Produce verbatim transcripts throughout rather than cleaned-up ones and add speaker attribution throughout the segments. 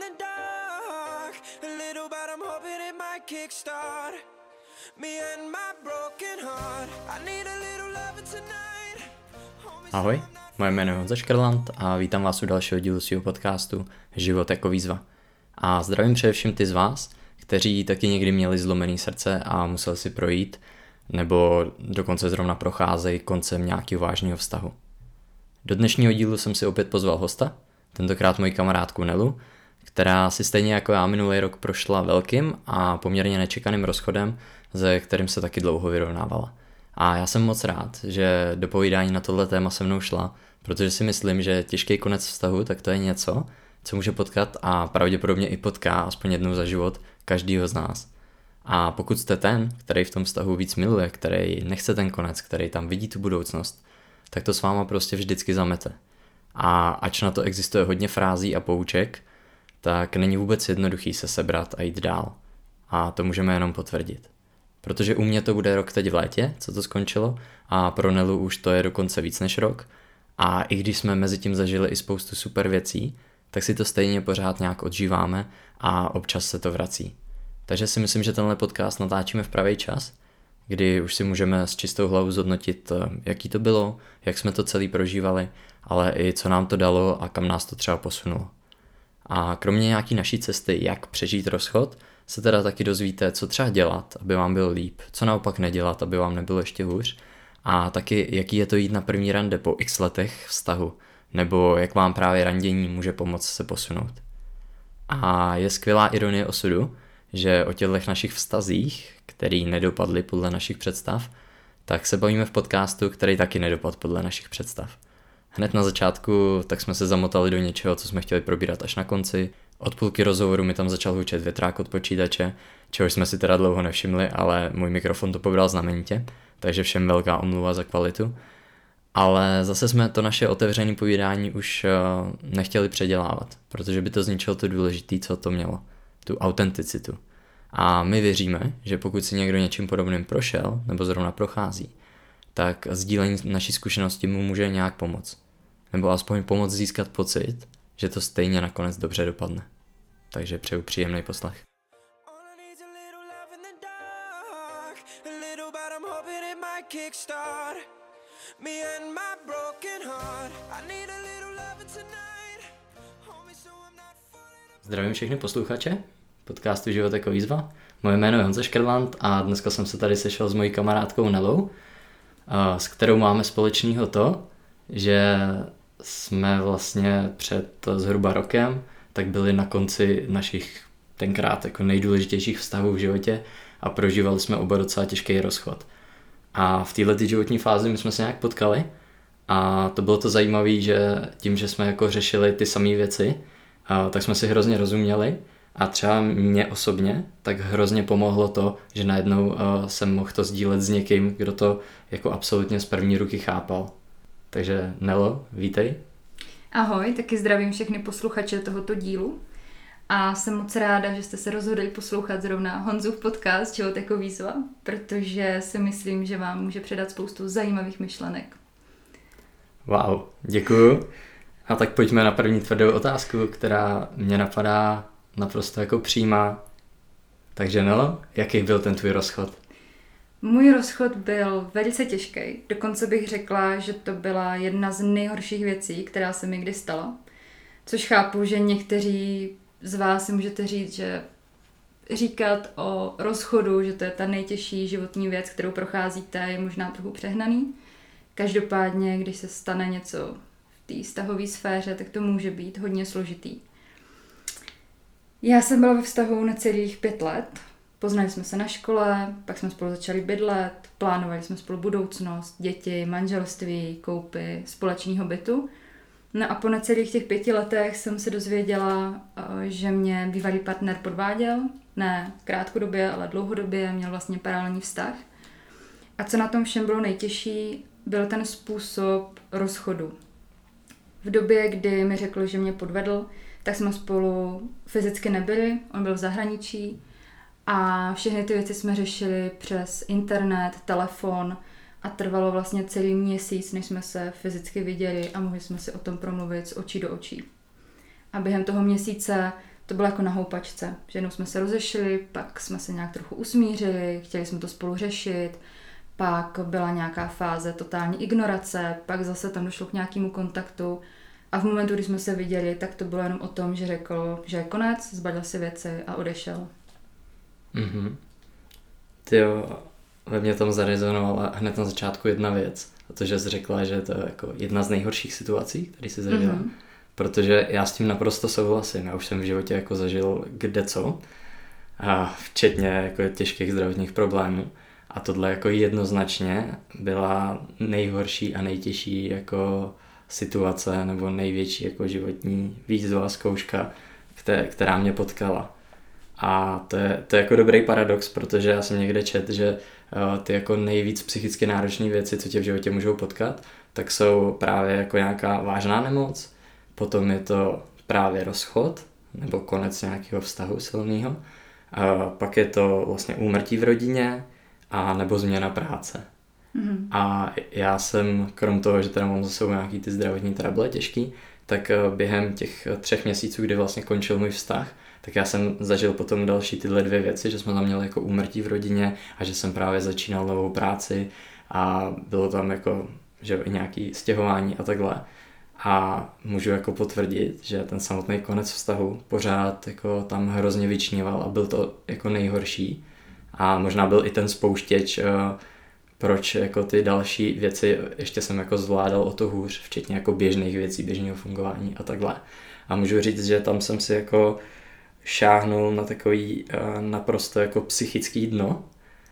Speaker 1: the dark. A little but I'm hoping it might kickstart me and my broken heart. I need a little love tonight.
Speaker 2: Ahoj, moje jméno je Honza Škrlant a vítám vás u dalšího dílu svého podcastu Život jako výzva. A zdravím především ty z vás, kteří taky někdy měli zlomený srdce a museli si projít, nebo dokonce zrovna procházejí koncem nějakého vážného vztahu. Do dnešního dílu jsem si opět pozval hosta, tentokrát moji kamarádku Nelu, která si stejně jako já minulý rok prošla velkým a poměrně nečekaným rozchodem, se kterým se taky dlouho vyrovnávala. A já jsem moc rád, že do povídání na tohle téma se mnou šla, protože si myslím, že těžký konec vztahu, tak to je něco, co může potkat a pravděpodobně i potká aspoň jednou za život každýho z nás. A pokud jste ten, který v tom vztahu víc miluje, který nechce ten konec, který tam vidí tu budoucnost, tak to s váma prostě vždycky zamete. A ač na to existuje hodně frází a pouček, tak není vůbec jednoduchý se sebrat a jít dál. A to můžeme jenom potvrdit. Protože u mě to bude rok teď v létě, co to skončilo, a pro Nelu už to je dokonce víc než rok. A i když jsme mezi tím zažili i spoustu super věcí, tak si to stejně pořád nějak odžíváme a občas se to vrací. Takže si myslím, že tenhle podcast natáčíme v pravý čas, kdy už si můžeme s čistou hlavou zhodnotit, jaký to bylo, jak jsme to celý prožívali, ale i co nám to dalo a kam nás to třeba posunulo. A kromě nějaký naší cesty, jak přežít rozchod, se teda taky dozvíte, co třeba dělat, aby vám bylo líp, co naopak nedělat, aby vám nebylo ještě hůř, a taky jaký je to jít na první rande po x letech vztahu, nebo jak vám právě randění může pomoct se posunout. A je skvělá ironie osudu, že o těchto našich vztazích, který nedopadly podle našich představ, tak se bavíme v podcastu, který taky nedopadl podle našich představ. Hned na začátku tak jsme se zamotali do něčeho, co jsme chtěli probírat až na konci. Od půlky rozhovoru mi tam začal hučet větrák od počítače, čehož jsme si teda dlouho nevšimli, ale můj mikrofon to pobral znamenitě, takže všem velká omluva za kvalitu. Ale zase jsme to naše otevřené povídání už nechtěli předělávat, protože by to zničilo to důležité, co to mělo, tu autenticitu. A my věříme, že pokud si někdo něčím podobným prošel, nebo zrovna prochází, tak sdílení naší zkušenosti mu může nějak pomoct. Nebo aspoň pomoct získat pocit, že to stejně nakonec dobře dopadne. Takže přeju příjemný poslech. Zdravím všechny posluchače podcastu Život jako výzva. Moje jméno je Honza Škrlant a dneska jsem se tady sešel s mojí kamarádkou Nelou, s kterou máme společného to, že jsme vlastně před zhruba rokem tak byli na konci našich tenkrát jako nejdůležitějších vztahů v životě a prožívali jsme oba docela těžký rozchod. A v této životní fázi my jsme se nějak potkali a to bylo to zajímavé, že tím, že jsme jako řešili ty samé věci, tak jsme si hrozně rozuměli. A třeba mě osobně tak hrozně pomohlo to, že najednou uh, jsem mohl to sdílet s někým, kdo to jako absolutně z první ruky chápal. Takže Nelo, vítej.
Speaker 3: Ahoj, taky zdravím všechny posluchače tohoto dílu. A jsem moc ráda, že jste se rozhodli poslouchat zrovna Honzův podcast Život jako výzva, protože si myslím, že vám může předat spoustu zajímavých myšlenek.
Speaker 2: Wow, děkuju. A tak pojďme na první tvrdou otázku, která mě napadá naprosto jako přímá. Takže Nelo, jaký byl ten tvůj rozchod?
Speaker 3: Můj rozchod byl velice těžký. Dokonce bych řekla, že to byla jedna z nejhorších věcí, která se mi kdy stala. Což chápu, že někteří z vás si můžete říct, že říkat o rozchodu, že to je ta nejtěžší životní věc, kterou procházíte, je možná trochu přehnaný. Každopádně, když se stane něco v té vztahové sféře, tak to může být hodně složitý. Já jsem byla ve vztahu necelých pět let. Poznali jsme se na škole, pak jsme spolu začali bydlet, plánovali jsme spolu budoucnost, děti, manželství, koupy, společného bytu. No a po necelých těch pěti letech jsem se dozvěděla, že mě bývalý partner podváděl. Ne krátkodobě, ale dlouhodobě, měl vlastně paralelní vztah. A co na tom všem bylo nejtěžší, byl ten způsob rozchodu. V době, kdy mi řekl, že mě podvedl, tak jsme spolu fyzicky nebyli, on byl v zahraničí a všechny ty věci jsme řešili přes internet, telefon a trvalo vlastně celý měsíc, než jsme se fyzicky viděli a mohli jsme si o tom promluvit z očí do očí. A během toho měsíce to bylo jako na houpačce, že jednou jsme se rozešli, pak jsme se nějak trochu usmířili, chtěli jsme to spolu řešit, pak byla nějaká fáze totální ignorace, pak zase tam došlo k nějakému kontaktu a v momentu, kdy jsme se viděli, tak to bylo jenom o tom, že řekl, že je konec, zbalil si věci a odešel.
Speaker 2: Mhm. Tyjo, ve mně tam zarezonovala hned na začátku jedna věc, a to, že jsi řekla, že to je jako jedna z nejhorších situací, které jsi zažila. Mm-hmm. Protože já s tím naprosto souhlasím. Já už jsem v životě jako zažil kdeco, a včetně jako těžkých zdravotních problémů. A tohle jako jednoznačně byla nejhorší a nejtěžší jako situace nebo největší jako životní výzva, zkouška, která mě potkala. A to je, to je jako dobrý paradox, protože já jsem někde četl, že ty jako nejvíc psychicky náročné věci, co tě v životě můžou potkat, tak jsou právě jako nějaká vážná nemoc, potom je to právě rozchod nebo konec nějakého vztahu silného, a pak je to vlastně úmrtí v rodině a nebo změna práce. Mm-hmm. A já jsem, krom toho, že teda mám za sebou nějaký ty zdravotní trable těžký, tak během těch třech měsíců, kdy vlastně končil můj vztah, tak já jsem zažil potom další tyhle dvě věci, že jsme tam měli jako úmrtí v rodině a že jsem právě začínal novou práci a bylo tam jako že nějaký stěhování a takhle. A můžu jako potvrdit, že ten samotný konec vztahu pořád jako tam hrozně vyčníval a byl to jako nejhorší. A možná byl i ten spouštěč, proč jako ty další věci ještě jsem jako zvládal o to hůř, včetně jako běžných věcí, běžného fungování a takhle. A můžu říct, že tam jsem si jako šáhnul na takový uh, naprosto jako psychický dno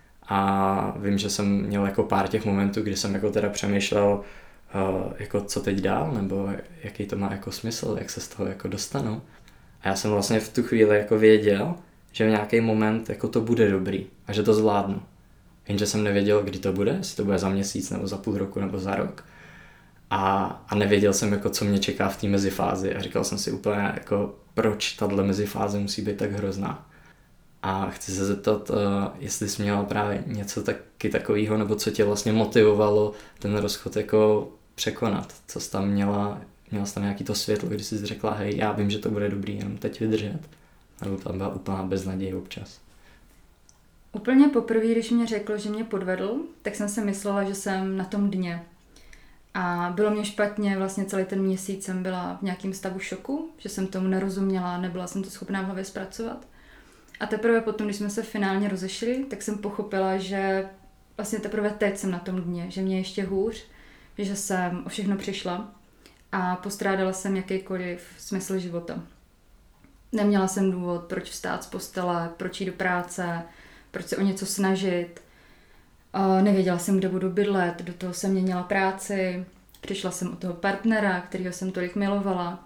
Speaker 2: a vím, že jsem měl jako pár těch momentů, kdy jsem jako teda přemýšlel uh, jako co teď dál, nebo jaký to má jako smysl, jak se z toho jako dostanu. A já jsem vlastně v tu chvíli jako věděl, že v nějaký moment jako to bude dobrý a že to zvládnu. Jenže jsem nevěděl, kdy to bude, jestli to bude za měsíc nebo za půl roku nebo za rok. A, a nevěděl jsem, jako, co mě čeká v té mezifázi a říkal jsem si úplně, jako, proč tahle mezifáze musí být tak hrozná. A chci se zeptat, uh, jestli jsi měla právě něco taky takového, nebo co tě vlastně motivovalo ten rozchod jako překonat. Co jsi tam měla, měla jsi tam nějaký to světlo, kdy jsi řekla, hej, já vím, že to bude dobrý, jenom teď vydržet. Nebo tam byla úplná beznaděj občas.
Speaker 3: Úplně poprvé, když mě řekl, že mě podvedl, tak jsem si myslela, že jsem na tom dně. A bylo mě špatně, vlastně celý ten měsíc jsem byla v nějakém stavu šoku, že jsem tomu nerozuměla, nebyla jsem to schopná v hlavě zpracovat. A teprve potom, když jsme se finálně rozešli, tak jsem pochopila, že vlastně teprve teď jsem na tom dně, že mě ještě hůř, že jsem o všechno přišla a postrádala jsem jakýkoliv smysl života. Neměla jsem důvod, proč vstát z postele, proč jít do práce, proč se o něco snažit. Uh, nevěděla jsem, kde budu bydlet, do toho jsem měnila práci, přišla jsem od toho partnera, kterýho jsem tolik milovala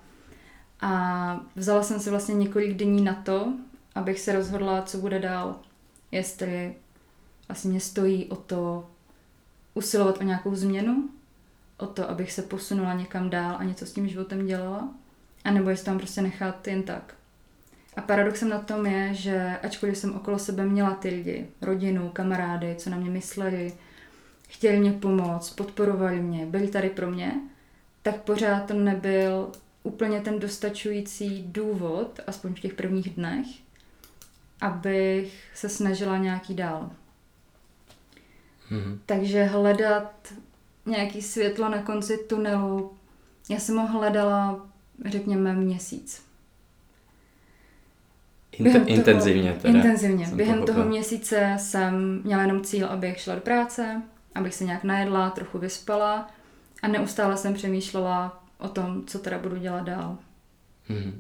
Speaker 3: a vzala jsem si vlastně několik dní na to, abych se rozhodla, co bude dál. Jestli vlastně mě stojí o to usilovat o nějakou změnu, o to, abych se posunula někam dál a něco s tím životem dělala, anebo jestli tam prostě nechat jen tak. A paradoxem na tom je, že ačkoliv jsem okolo sebe měla ty lidi, rodinu, kamarády, co na mě mysleli, chtěli mě pomoct, podporovali mě, byli tady pro mě, tak pořád to nebyl úplně ten dostačující důvod, aspoň v těch prvních dnech, abych se snažila nějaký dál. Mm-hmm. Takže hledat nějaký světlo na konci tunelu, já jsem ho hledala, řekněme, měsíc.
Speaker 2: Inten- intenzivně teda.
Speaker 3: Intenzivně. Během pochopil. toho měsíce jsem měla jenom cíl, abych šla do práce, abych se nějak najedla, trochu vyspala a neustále jsem přemýšlela o tom, co teda budu dělat dál. Mm-hmm.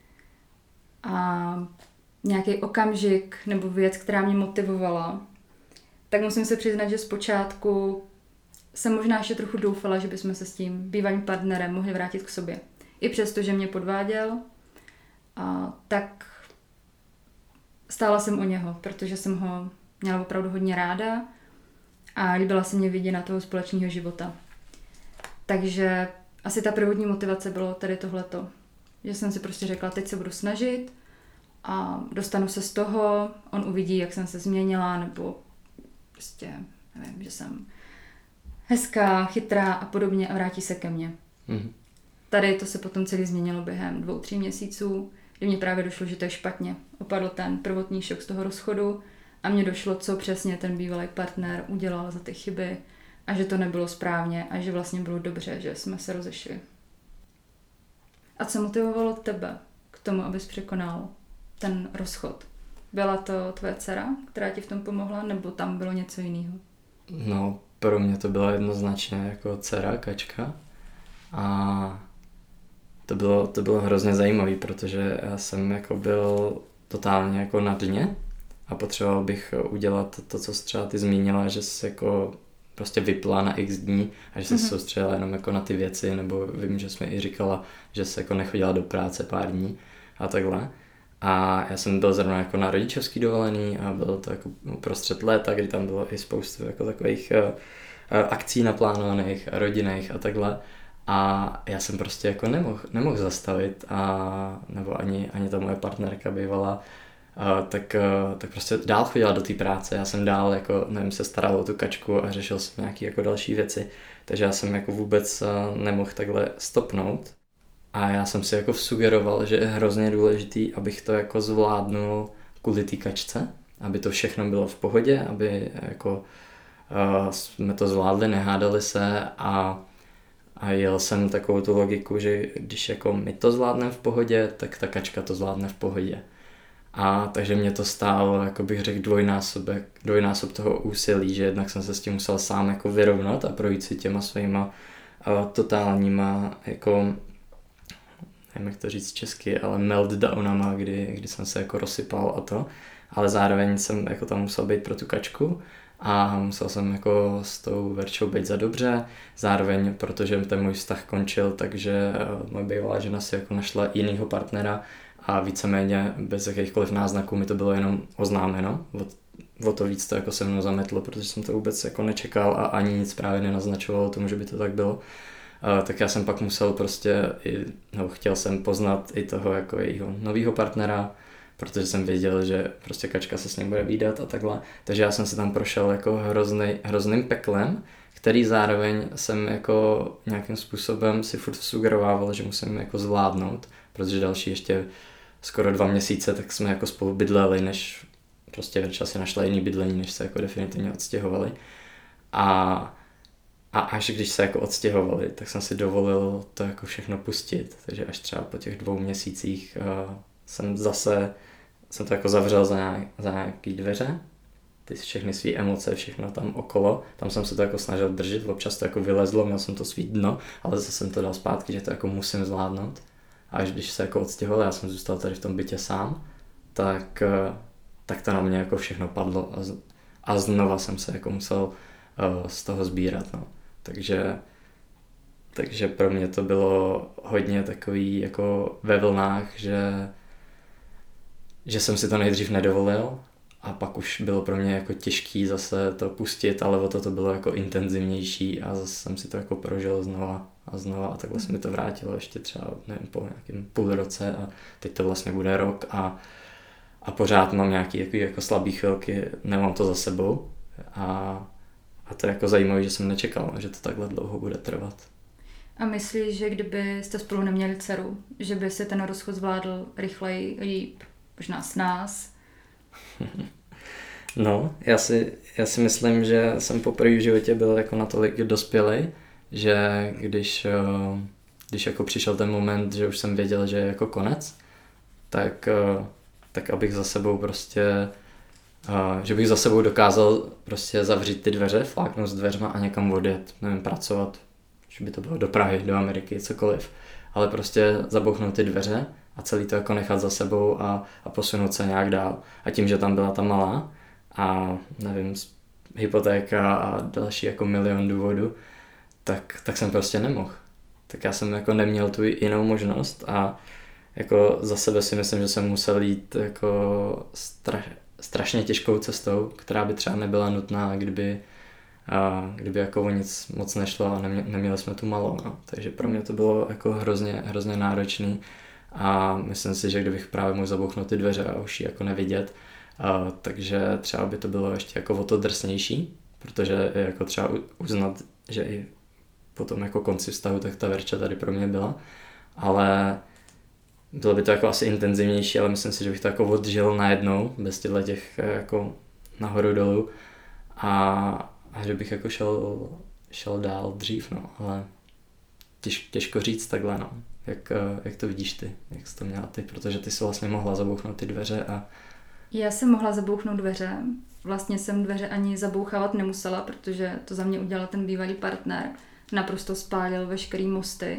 Speaker 3: A nějaký okamžik nebo věc, která mě motivovala, tak musím se přiznat, že zpočátku jsem možná ještě trochu doufala, že bychom se s tím bývalým partnerem mohli vrátit k sobě. I přesto, že mě podváděl, a tak stála jsem o něho, protože jsem ho měla opravdu hodně ráda a líbila se mě vidět na toho společného života. Takže asi ta prvotní motivace bylo tady tohleto. Že jsem si prostě řekla, teď se budu snažit a dostanu se z toho, on uvidí, jak jsem se změnila, nebo prostě, nevím, že jsem hezká, chytrá a podobně a vrátí se ke mně. Mm-hmm. Tady to se potom celý změnilo během dvou, tří měsíců, kdy mě právě došlo, že to je špatně. Opadl ten prvotní šok z toho rozchodu a mně došlo, co přesně ten bývalý partner udělal za ty chyby a že to nebylo správně a že vlastně bylo dobře, že jsme se rozešli. A co motivovalo tebe k tomu, abys překonal ten rozchod? Byla to tvoje dcera, která ti v tom pomohla, nebo tam bylo něco jiného?
Speaker 2: No, pro mě to byla jednoznačně jako dcera, Kačka. A to bylo, to bylo hrozně zajímavé, protože já jsem jako byl totálně jako na dně a potřeboval bych udělat to, co jsi třeba ty zmínila, že jsi jako prostě vypla na x dní a že jsi mm-hmm. soustředila jenom jako na ty věci, nebo vím, že jsme i říkala, že jsi jako nechodila do práce pár dní a takhle. A já jsem byl zrovna jako na rodičovský dovolený a bylo to jako uprostřed léta, kdy tam bylo i spoustu jako takových uh, akcí naplánovaných, rodinných a takhle. A já jsem prostě jako nemohl, nemohl zastavit a nebo ani, ani ta moje partnerka bývala, uh, tak, uh, tak prostě dál chodila do té práce. Já jsem dál jako, nevím, se staral o tu Kačku a řešil jsem nějaké jako další věci. Takže já jsem jako vůbec uh, nemohl takhle stopnout. A já jsem si jako vsugeroval, že je hrozně důležitý, abych to jako zvládnul kvůli té Kačce, aby to všechno bylo v pohodě, aby jako uh, jsme to zvládli, nehádali se a, a jel jsem takovou tu logiku, že když jako my to zvládneme v pohodě, tak ta Kačka to zvládne v pohodě. A takže mě to stálo, jako bych řekl, dvojnásobek, dvojnásob toho úsilí, že jednak jsem se s tím musel sám jako vyrovnat a projít si těma svýma uh, totálníma jako nevím, jak to říct česky, ale meltdownama, kdy, kdy jsem se jako rozsypal a to, ale zároveň jsem jako tam musel být pro tu Kačku a musel jsem jako s tou Verčou být za dobře, zároveň protože ten můj vztah končil, takže moje bývalá žena si jako našla jinýho partnera a víceméně bez jakýchkoliv náznaků mi to bylo jenom oznámeno, o, o to víc to jako se mnou zametlo, protože jsem to vůbec jako nečekal a ani nic právě nenaznačovalo tomu, že by to tak bylo. Uh, tak já jsem pak musel prostě, i, no, chtěl jsem poznat i toho jako jejího novýho partnera, protože jsem věděl, že prostě Kačka se s ním bude vídat a takhle. Takže já jsem se tam prošel jako hroznej, hrozným peklem, který zároveň jsem jako nějakým způsobem si furt sugerovával, že musím jako zvládnout, protože další ještě skoro dva měsíce tak jsme jako spolu bydleli, než prostě Verča si našla jiný bydlení, než se jako definitivně odstěhovali. A A až když se jako odstěhovali, tak jsem si dovolil to jako všechno pustit. Takže až třeba po těch dvou měsících uh, jsem zase, jsem to jako zavřel za, nějak, za nějaký dveře. Ty všechny svý emoce, všechno tam okolo. Tam jsem se to jako snažil držet, občas to jako vylezlo, měl jsem to svý dno, ale zase jsem to dal zpátky, že to jako musím zvládnout. A až když se jako odstěhoval, já jsem zůstal tady v tom bytě sám, tak, uh, tak to na mě jako všechno padlo a, z, a znova jsem se jako musel uh, z toho sbírat, no. Takže, takže pro mě to bylo hodně takový jako ve vlnách, že, že jsem si to nejdřív nedovolil a pak už bylo pro mě jako těžký zase to pustit, ale o to to bylo jako intenzivnější a zase jsem si to jako prožil znova a znova a takhle se mi to vrátilo ještě třeba nevím, po nějakým půl roce a teď to vlastně bude rok a, a pořád mám nějaký jako, jako slabý chvilky, nemám to za sebou a A to je jako zajímavé, že jsem nečekal, že to takhle dlouho bude trvat.
Speaker 3: A myslíš, že kdybyste spolu neměli dceru, že by se ten rozchod zvládl rychleji, líp, možná s nás?
Speaker 2: No, já si, já si myslím, že jsem poprvé v životě byl jako natolik dospělý, že když, když jako přišel ten moment, že už jsem věděl, že je jako konec, tak, tak abych za sebou prostě Uh, že bych za sebou dokázal prostě zavřít ty dveře, fláknout s dveřma a někam odjet, nevím, pracovat, že by to bylo do Prahy, do Ameriky, cokoliv, ale prostě zabouchnout ty dveře a celý to jako nechat za sebou a, a posunout se nějak dál. A tím, že tam byla ta malá a nevím, hypotéka a další jako milion důvodů, tak, tak jsem prostě nemohl. Tak já jsem jako neměl tu jinou možnost a jako za sebe si myslím, že jsem musel jít jako strach, strašně těžkou cestou, která by třeba nebyla nutná, kdyby, a, kdyby jako o nic moc nešlo a nemě, neměli jsme tu malou. No. Takže pro mě to bylo jako hrozně, hrozně náročný a myslím si, že kdybych právě mohl zabouchnout ty dveře a už ji jako nevidět, a, takže třeba by to bylo ještě jako o to drsnější, protože jako třeba uznat, že i po tom jako konci vztahu, tak ta Verča tady pro mě byla, ale bylo by to jako asi intenzivnější, ale myslím si, že bych to jako odžil najednou, bez těchto těch jako nahoru dolů a, a že bych jako šel, šel dál dřív, no, ale těž, těžko říct takhle, no. Jak, jak to vidíš ty, jak jsi to měla ty, protože ty jsi vlastně mohla zabouchnout ty dveře a...
Speaker 3: Já jsem mohla zabouchnout dveře, vlastně jsem dveře ani zabouchávat nemusela, protože to za mě udělal ten bývalý partner, naprosto spálil veškerý mosty,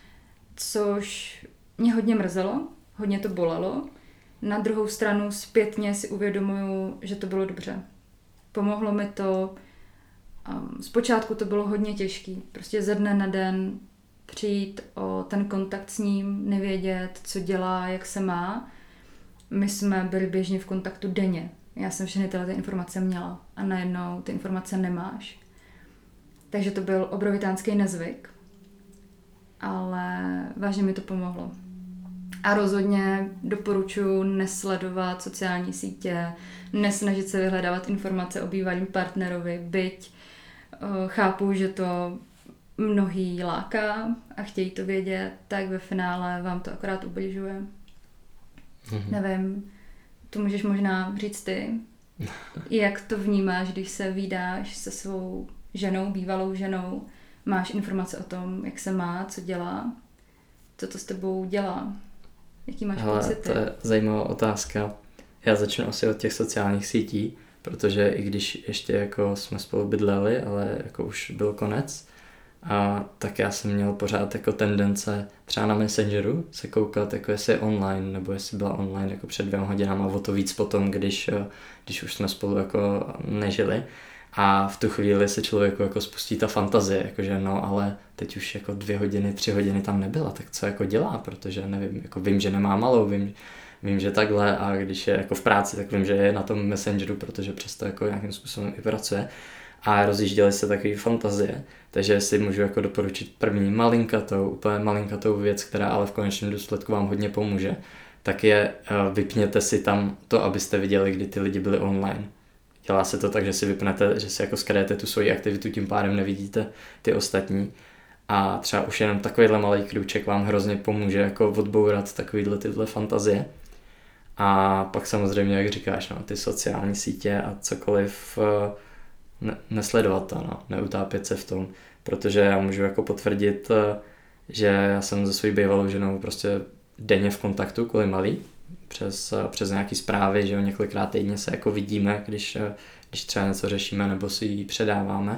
Speaker 3: což mě hodně mrzelo, hodně to bolelo. Na druhou stranu zpětně si uvědomuju, že to bylo dobře. Pomohlo mi to, um, zpočátku to bylo hodně těžký, prostě ze dne na den přijít o ten kontakt s ním, nevědět, co dělá, jak se má. My jsme byli běžně v kontaktu denně. Já jsem všechny tyhle informace měla a najednou ty informace nemáš. Takže to byl obrovitánský nezvyk, ale vážně mi to pomohlo. A rozhodně doporučuji nesledovat sociální sítě, nesnažit se vyhledávat informace o bývalém partnerovi, byť uh, chápu, že to mnohý láká a chtějí to vědět, tak ve finále vám to akorát ubližuje. Mm-hmm. Nevím, to můžeš možná říct ty. Jak to vnímáš, když se vídáš se svou ženou, bývalou ženou, máš informace o tom, jak se má, co dělá, co to s tebou dělá? Jaký máš
Speaker 2: Hele,
Speaker 3: pocity?
Speaker 2: To je zajímavá otázka. Já začnu asi od těch sociálních sítí, protože i když ještě jako jsme spolu bydleli, ale jako už byl konec, a tak já jsem měl pořád jako tendence třeba na Messengeru se koukat, jako jestli je online, nebo jestli byla online jako před dvěma hodinama, o to víc potom, když, když už jsme spolu jako nežili. A v tu chvíli se člověku jako spustí ta fantazie, jakože no, ale teď už jako dvě hodiny, tři hodiny tam nebyla, tak co jako dělá, protože nevím, jako vím, že nemá malou, vím, vím, že takhle a když je jako v práci, tak vím, že je na tom Messengeru, protože přesto jako nějakým způsobem i pracuje. A rozjížděly se takové fantazie, takže si můžu jako doporučit první malinkatou, úplně malinkatou věc, která ale v konečném důsledku vám hodně pomůže, tak je vypněte si tam to, abyste viděli, kdy ty lidi byli online. Dělá se to tak, že si vypnete, že si jako skryjete tu svoji aktivitu, tím pádem nevidíte ty ostatní. A třeba už jenom takovýhle malý krůček vám hrozně pomůže jako odbourat takovýhle tyhle fantazie. A pak samozřejmě, jak říkáš, no, ty sociální sítě a cokoliv, ne, nesledovat to, no, neutápět se v tom, protože já můžu jako potvrdit, že já jsem se svojí bývalou ženou prostě denně v kontaktu kvůli malý, přes, přes nějaký zprávy, že jo, několikrát týdně se jako vidíme, když, když třeba něco řešíme nebo si ji předáváme.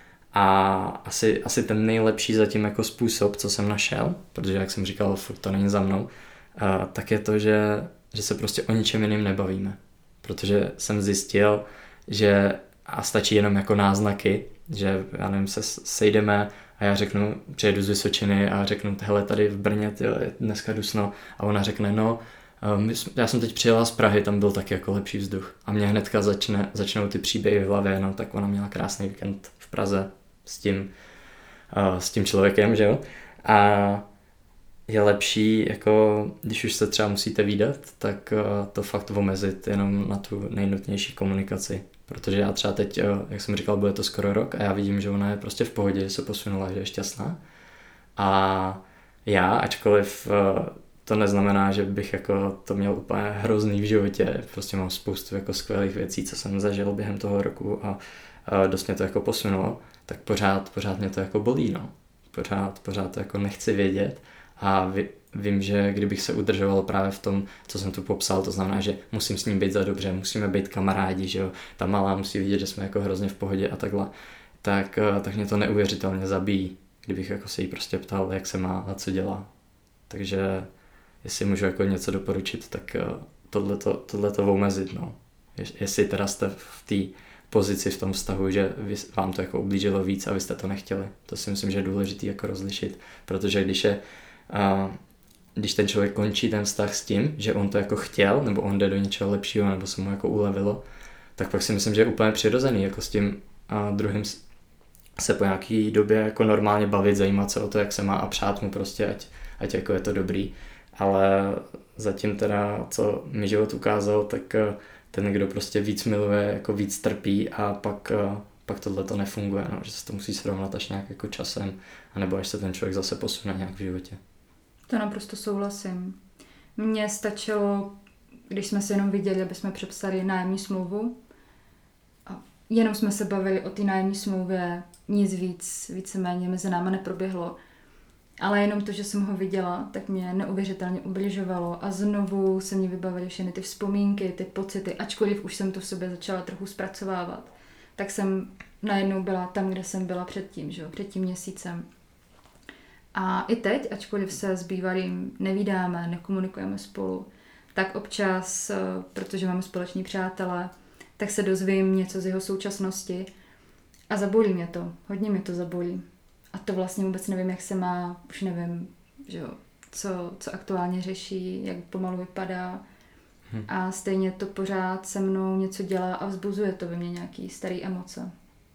Speaker 2: A asi, asi ten nejlepší zatím jako způsob, co jsem našel, protože jak jsem říkal, furt to není za mnou, tak je to, že, že se prostě o ničem jiným nebavíme. Protože jsem zjistil, že a stačí jenom jako náznaky, že já nevím, se sejdeme a já řeknu, přijedu z Vysočiny a řeknu, hele, tady v Brně, tyjo, je dneska dusno, a ona řekne, no, já jsem teď přijela z Prahy, tam byl taky jako lepší vzduch. A mě hnedka začne, začnou ty příběhy v hlavě, no, tak ona měla krásný víkend v Praze s tím, s tím člověkem, že jo. A je lepší, jako když už se třeba musíte vídat, tak to fakt omezit jenom na tu nejnutnější komunikaci. Protože já třeba teď, jak jsem říkal, bude to skoro rok a já vidím, že ona je prostě v pohodě, že se posunula, že je šťastná. A já, ačkoliv to neznamená, že bych jako to měl úplně hrozný v životě, prostě mám spoustu jako skvělých věcí, co jsem zažil během toho roku a, a dost mě to jako posunulo, tak pořád, pořád mě to jako bolí, no. Pořád, pořád to jako nechci vědět a vy, vím, že kdybych se udržoval právě v tom, co jsem tu popsal, to znamená, že musím s ním být za dobře, musíme být kamarádi, že jo, ta malá musí vidět, že jsme jako hrozně v pohodě a takhle, tak, tak mě to neuvěřitelně zabíjí, kdybych jako se jí prostě ptal, jak se má a co dělá. Takže jestli můžu jako něco doporučit, tak tohleto, tohleto omezit, no. Jestli teda jste v té pozici v tom vztahu, že vám to jako ublížilo víc a vy jste to nechtěli. To si myslím, že je důležité jako rozlišit, protože když je uh, když ten člověk končí ten vztah s tím, že on to jako chtěl, nebo on jde do něčeho lepšího, nebo se mu jako ulevilo, tak pak si myslím, že je úplně přirozený jako s tím uh, druhým se po nějaký době jako normálně bavit, zajímat se o to, jak se má a přát mu prostě, ať, ať jako je to dobrý. Ale zatím teda, co mi život ukázal, tak ten, kdo prostě víc miluje, jako víc trpí a pak, pak tohle to nefunguje, no, že se to musí srovnat až nějak jako časem, anebo až se ten člověk zase posune nějak v životě.
Speaker 3: To naprosto souhlasím. Mně stačilo, když jsme se jenom viděli, aby jsme přepsali nájemní smlouvu. A jenom jsme se bavili o té nájemní smlouvě, nic víc, víceméně mezi náma neproběhlo. Ale jenom to, že jsem ho viděla, tak mě neuvěřitelně ubližovalo a znovu se mě vybavily všechny ty vzpomínky, ty pocity, ačkoliv už jsem to v sobě začala trochu zpracovávat. Tak jsem najednou byla tam, kde jsem byla předtím, že jo, před tím měsícem. A i teď, ačkoliv se s bývalým nevídáme, nekomunikujeme spolu, tak občas, protože máme společní přátelé, tak se dozvím něco z jeho současnosti a zabolí mě to, hodně mě to zabolí. A to vlastně vůbec nevím, jak se má, už nevím, že jo, co, co aktuálně řeší, jak pomalu vypadá. Hmm. A stejně to pořád se mnou něco dělá a vzbuzuje to ve mně nějaký starý emoce.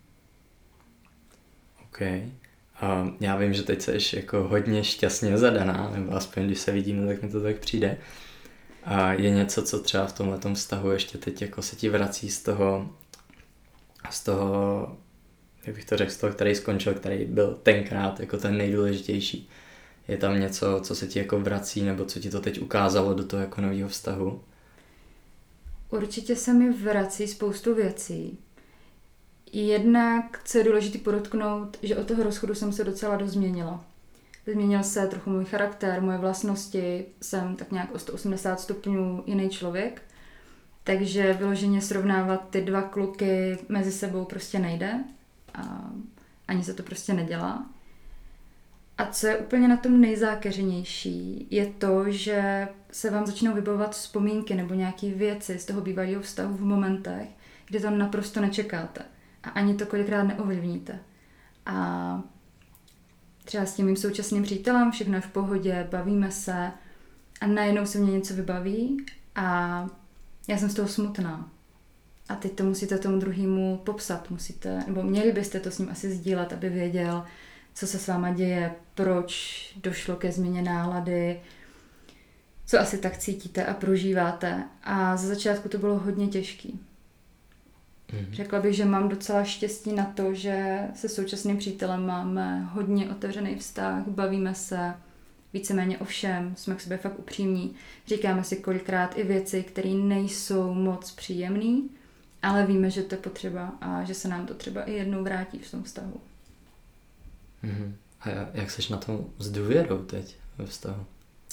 Speaker 2: OK. A já vím, že teď jsi jako hodně šťastně zadaná, nebo aspoň když se vidíme, tak mi to tak přijde. A je něco, co třeba v tomhletom vztahu ještě teď jako se ti vrací z toho, z toho, jak bych to řekl, z toho, který skončil, který byl tenkrát jako ten nejdůležitější. Je tam něco, co se ti jako vrací, nebo co ti to teď ukázalo do toho jako nového vztahu?
Speaker 3: Určitě se mi vrací spoustu věcí. Jednak, co je důležité podotknout, že od toho rozchodu jsem se docela dost změnila. Změnil se trochu můj charakter, moje vlastnosti, jsem tak nějak o sto osmdesát stupňů jiný člověk, takže vyloženě srovnávat ty dva kluky mezi sebou prostě nejde a ani se to prostě nedělá. A co je úplně na tom nejzákeřenější, je to, že se vám začnou vybavovat vzpomínky nebo nějaké věci z toho bývalého vztahu v momentech, kdy to naprosto nečekáte a ani to kolikrát neovlivníte. A třeba s tím mým současným přítelem všechno je v pohodě, bavíme se a najednou se mě něco vybaví a já jsem z toho smutná. A teď to musíte tomu druhému popsat, musíte, nebo měli byste to s ním asi sdílet, aby věděl, co se s váma děje, proč došlo ke změně nálady, co asi tak cítíte a prožíváte. A ze začátku to bylo hodně těžký. Mm. Řekla bych, že mám docela štěstí na to, že se současným přítelem máme hodně otevřený vztah, bavíme se víceméně o všem, jsme k sobě fakt upřímní. Říkáme si kolikrát i věci, které nejsou moc příjemné, ale víme, že to je potřeba a že se nám to třeba i jednou vrátí v tom vztahu.
Speaker 2: Mm. A jak seš na tom s důvěrou teď ve vztahu?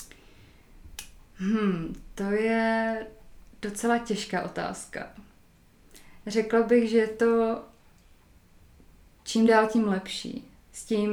Speaker 3: Hmm, to je docela těžká otázka. Řekla bych, že je to čím dál tím lepší. S tím,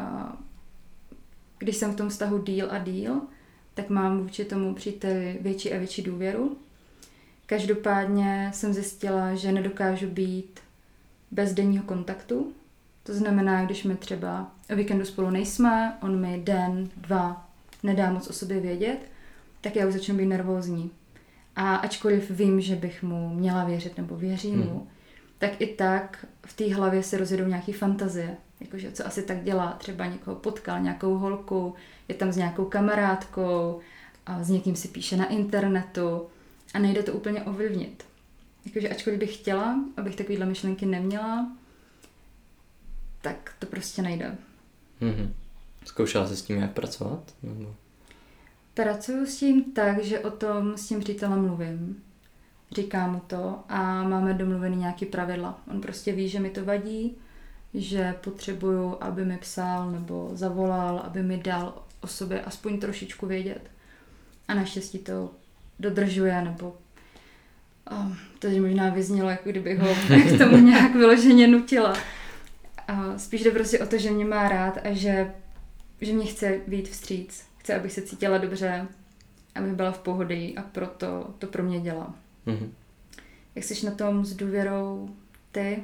Speaker 3: když jsem v tom vztahu díl a díl, tak mám vůči tomu příteli větší a větší důvěru. Každopádně jsem zjistila, že nedokážu být bez denního kontaktu. To znamená, když my třeba o víkendu spolu nejsme, on mi den, dva nedá moc o sobě vědět, tak já už začnu být nervózní. A ačkoliv vím, že bych mu měla věřit nebo věřím hmm. mu, tak i tak v té hlavě se rozjedou nějaké fantazie. Jakože co asi tak dělá, třeba někoho potkal, nějakou holku, je tam s nějakou kamarádkou a s někým si píše na internetu a nejde to úplně ovlivnit. Jakože ačkoliv bych chtěla, abych takovýhle myšlenky neměla, tak to prostě nejde.
Speaker 2: Mm-hmm. Zkoušela jsi s tím jak pracovat? Nebo?
Speaker 3: Pracuju s tím tak, že o tom s tím přítelem mluvím. Říkám mu to a máme domluvený nějaký pravidla. On prostě ví, že mi to vadí, že potřebuju, aby mi psal nebo zavolal, aby mi dal o sobě aspoň trošičku vědět. A naštěstí to dodržuje, nebo oh, to možná vyznělo, jako kdybych ho k tomu nějak vyloženě nutila. A spíš jde prostě o to, že mě má rád a že, že mě chce vyjít vstříc. Chce, abych se cítila dobře, abych byla v pohodě a proto to pro mě dělá. Mm-hmm. Jak jsi na tom s důvěrou ty?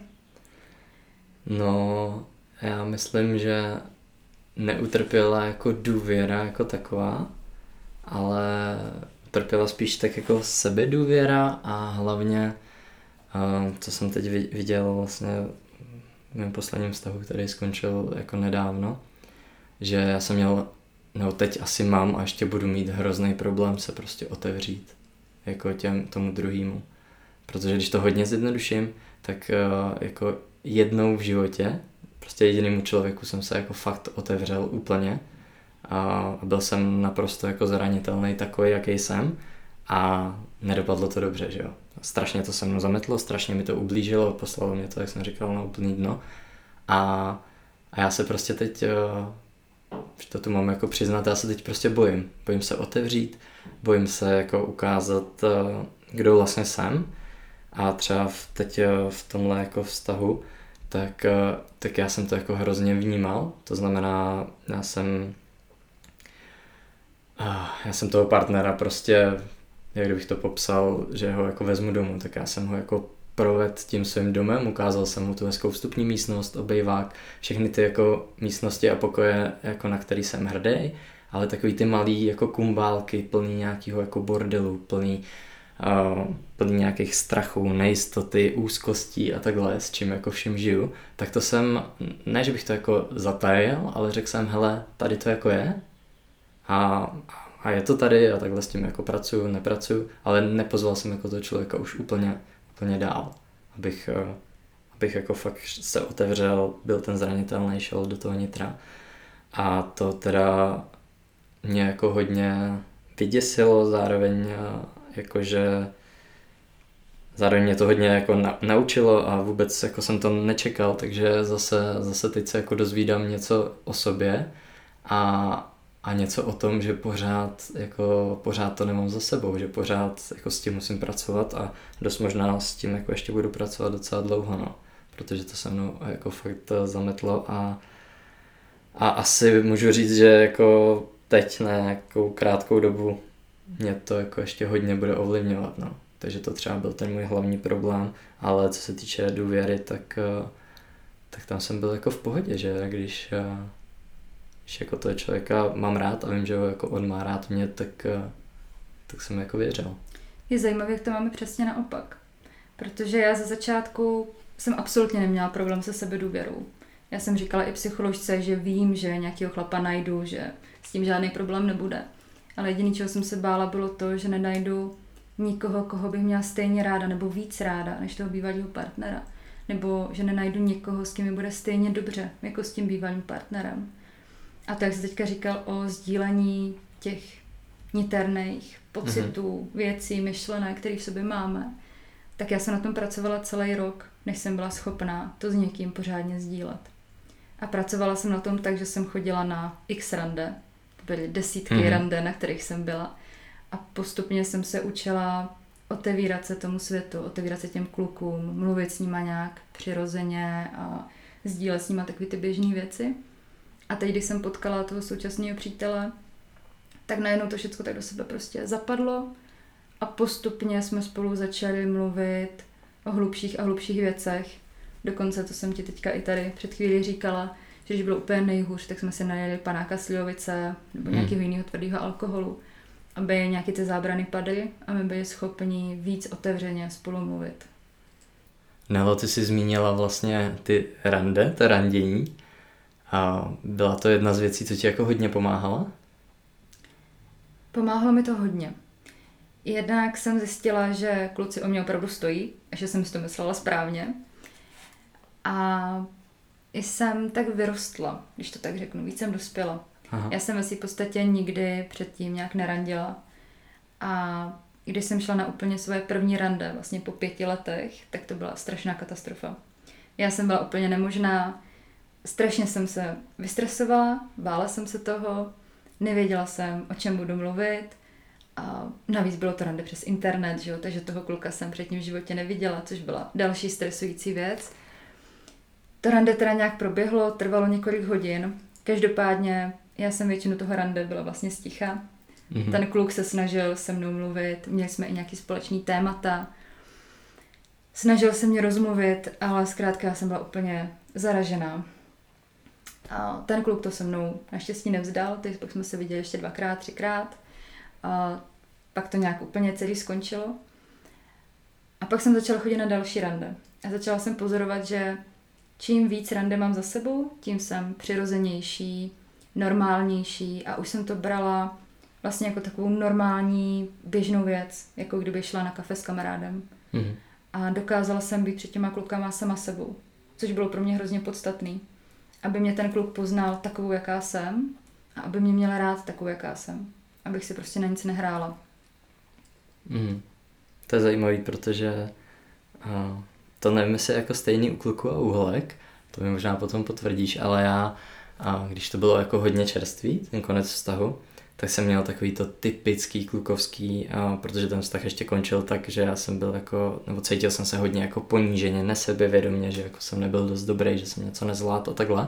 Speaker 2: No, já myslím, že neutrpěla jako důvěra jako taková, ale utrpěla spíš tak jako sebedůvěra a hlavně, co jsem teď viděl vlastně v mém posledním vztahu, který skončil jako nedávno, že já jsem měl, no teď asi mám a ještě budu mít hrozný problém se prostě otevřít jako těm, tomu druhému. Protože když to hodně zjednoduším, tak jako jednou v životě, prostě jedinému člověku jsem se jako fakt otevřel úplně a byl jsem naprosto jako zranitelný takový, jaký jsem a nedopadlo to dobře, že jo. Strašně to se mnou zametlo, strašně mi to ublížilo, poslalo mě to, jak jsem říkal, na úplný dno a, a já se prostě teď, že to tu mám jako přiznat, já se teď prostě bojím. Bojím se otevřít, bojím se jako ukázat, kdo vlastně jsem a třeba v, teď v tomhle jako vztahu, tak, tak já jsem to jako hrozně vnímal, to znamená, já jsem já jsem toho partnera prostě, jak kdybych to popsal, že ho jako vezmu domů, tak já jsem ho jako provedl tím svým domem, ukázal jsem mu tu hezkou vstupní místnost, obejvák, všechny ty jako místnosti a pokoje, jako na který jsem hrdý, ale takový ty malý jako kumbálky, plný nějakého jako bordelu, plný, uh, plný nějakých strachů, nejistoty, úzkostí a takhle, s čím jako vším žiju, tak to jsem, ne že bych to jako zatajil, ale řekl jsem, hele, tady to jako je a, a je to tady a takhle s tím jako pracuju, nepracuju, ale nepozval jsem jako toho člověka už úplně úplně dál, abych, abych jako fakt se otevřel, byl ten zranitelný, šel do toho nitra a to teda mě jako hodně vyděsilo, zároveň jakože zároveň mě to hodně jako na, naučilo a vůbec jako jsem to nečekal, takže zase, zase teď se jako dozvídám něco o sobě a A něco o tom, že pořád, jako, pořád to nemám za sebou, že pořád jako s tím musím pracovat a dost možná s tím jako ještě budu pracovat docela dlouho, no. Protože to se mnou jako fakt zametlo a, a asi můžu říct, že jako teď na nějakou krátkou dobu mě to jako ještě hodně bude ovlivňovat, no. Takže to třeba byl ten můj hlavní problém, ale co se týče důvěry, tak, tak tam jsem byl jako v pohodě, že když Když jako toho člověka mám rád a vím, že ho jako on má rád mě, tak, tak jsem jako věřil.
Speaker 3: Je zajímavé, jak to máme přesně naopak. Protože já ze začátku jsem absolutně neměla problém se sebedůvěrou. Já jsem říkala i psycholožce, že vím, že nějakého chlapa najdu, že s tím žádný problém nebude. Ale jediné, čeho jsem se bála, bylo to, že nenajdu nikoho, koho bych měla stejně ráda nebo víc ráda, než toho bývalého partnera. Nebo že nenajdu někoho, s kým mi bude stejně dobře, jako s tím bývalým partnerem. A to, jak jsi teďka říkal o sdílení těch niterných pocitů, mm-hmm. věcí, myšlenek, které v sobě máme, tak já jsem na tom pracovala celý rok, než jsem byla schopná to s někým pořádně sdílet. A pracovala jsem na tom tak, že jsem chodila na x rande, to byly desítky mm-hmm. rande, na kterých jsem byla. A postupně jsem se učila otevírat se tomu světu, otevírat se těm klukům, mluvit s nima nějak přirozeně a sdílet s nima takové ty běžné věci. A teď, když jsem potkala toho současného přítele, tak najednou to všechno tak do sebe prostě zapadlo a postupně jsme spolu začali mluvit o hlubších a hlubších věcech. Dokonce, to jsem ti teďka i tady před chvílí říkala, že když bylo úplně nejhůř, tak jsme si najeli panáka slivovice nebo nějakého hmm. jiného tvrdého alkoholu, aby nějaké ty zábrany padly a my byli schopni víc otevřeně spolu mluvit.
Speaker 2: Nelo, ty jsi zmínila vlastně ty rande, to randění. A byla to jedna z věcí, co ti jako hodně pomáhala?
Speaker 3: Pomáhalo mi to hodně. Jednak jsem zjistila, že kluci o mě opravdu stojí, a že jsem si to myslela správně. A jsem tak vyrostla, když to tak řeknu, víc jsem dospěla. Aha. Já jsem ve v podstatě nikdy předtím nějak nerandila. A když jsem šla na úplně svoje první rande, vlastně po pěti letech, tak to byla strašná katastrofa. Já jsem byla úplně nemožná, strašně jsem se vystresovala, bála jsem se toho, nevěděla jsem, o čem budu mluvit a navíc bylo to rande přes internet, že jo? Takže toho kluka jsem předtím v životě neviděla, což byla další stresující věc. To rande teda nějak proběhlo, trvalo několik hodin, každopádně já jsem většinu toho rande byla vlastně sticha. Mm-hmm. Ten kluk se snažil se mnou mluvit, měli jsme i nějaký společný témata, snažil se mě rozmluvit, ale zkrátka já jsem byla úplně zaražená. A ten kluk to se mnou naštěstí nevzdal, takže pak jsme se viděli ještě dvakrát, třikrát. A pak to nějak úplně celý skončilo. A pak jsem začala chodit na další rande. A začala jsem pozorovat, že čím víc rande mám za sebou, tím jsem přirozenější, normálnější a už jsem to brala vlastně jako takovou normální, běžnou věc, jako kdyby šla na kafe s kamarádem. Mm. A dokázala jsem být před těma klukama sama sebou, což bylo pro mě hrozně podstatný. Aby mě ten kluk poznal takovou, jaká jsem a aby mě měla rád takovou, jaká jsem. Abych si prostě na nic nehrála.
Speaker 2: Mm. To je zajímavý, protože uh, to nevím, jestli je jako stejný u kluku a u holek, to mi možná potom potvrdíš, ale já, uh, když to bylo jako hodně čerstvý, ten konec vztahu, tak jsem měl takový to typický klukovský, uh, protože ten vztah ještě končil tak, že já jsem byl jako, nebo cítil jsem se hodně jako poníženě, nesebevědomě, že jako jsem nebyl dost dobrý, že jsem něco nezvládl a takhle.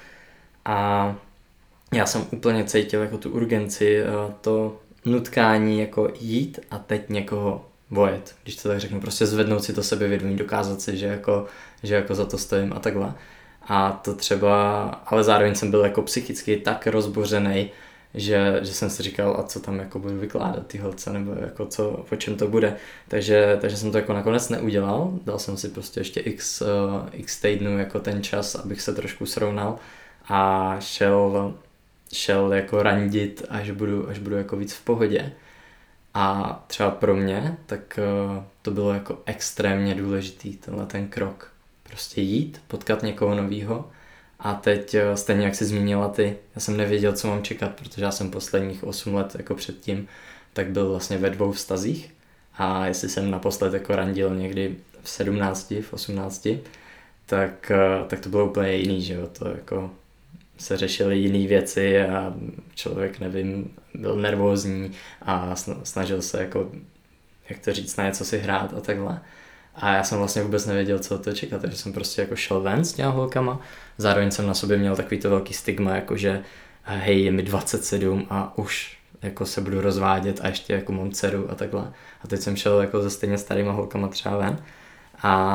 Speaker 2: A já jsem úplně cítil jako tu urgenci, uh, to nutkání jako jít a teď někoho vojet, když to tak řeknu, prostě zvednout si to sebevědomí, dokázat si, že jako, že jako za to stojím a takhle. A to třeba, ale zároveň jsem byl jako psychicky tak rozbořenej, že, že jsem si říkal, a co tam jako budu vykládat ty holce, nebo jako co, o čem to bude. Takže, takže jsem to jako nakonec neudělal, dal jsem si prostě ještě x, uh, x týdnů jako ten čas, abych se trošku srovnal a šel, šel jako randit, až budu, až budu jako víc v pohodě. A třeba pro mě, tak uh, to bylo jako extrémně důležitý, tenhle ten krok. Prostě jít, potkat někoho novýho. A teď uh, stejně jak jsi zmínila ty, já jsem nevěděl, co mám čekat, protože já jsem posledních osm let jako předtím, tak byl vlastně ve dvou vztazích. A jestli jsem naposled jako randil někdy v sedmnácti, v osmnácti, tak, uh, tak to bylo úplně jiný, že jo, to jako se řešily jiné věci a člověk, nevím, byl nervózní a snažil se jako, jak to říct, na něco si hrát a takhle. A já jsem vlastně vůbec nevěděl, co to čekat, takže jsem prostě jako šel ven s těma holkama. Zároveň jsem na sobě měl takový to velký stigma, jako že hej, je mi dvacet sedm a už jako se budu rozvádět a ještě jako mám dceru a takhle. A teď jsem šel jako se stejně starýma holkama třeba ven a,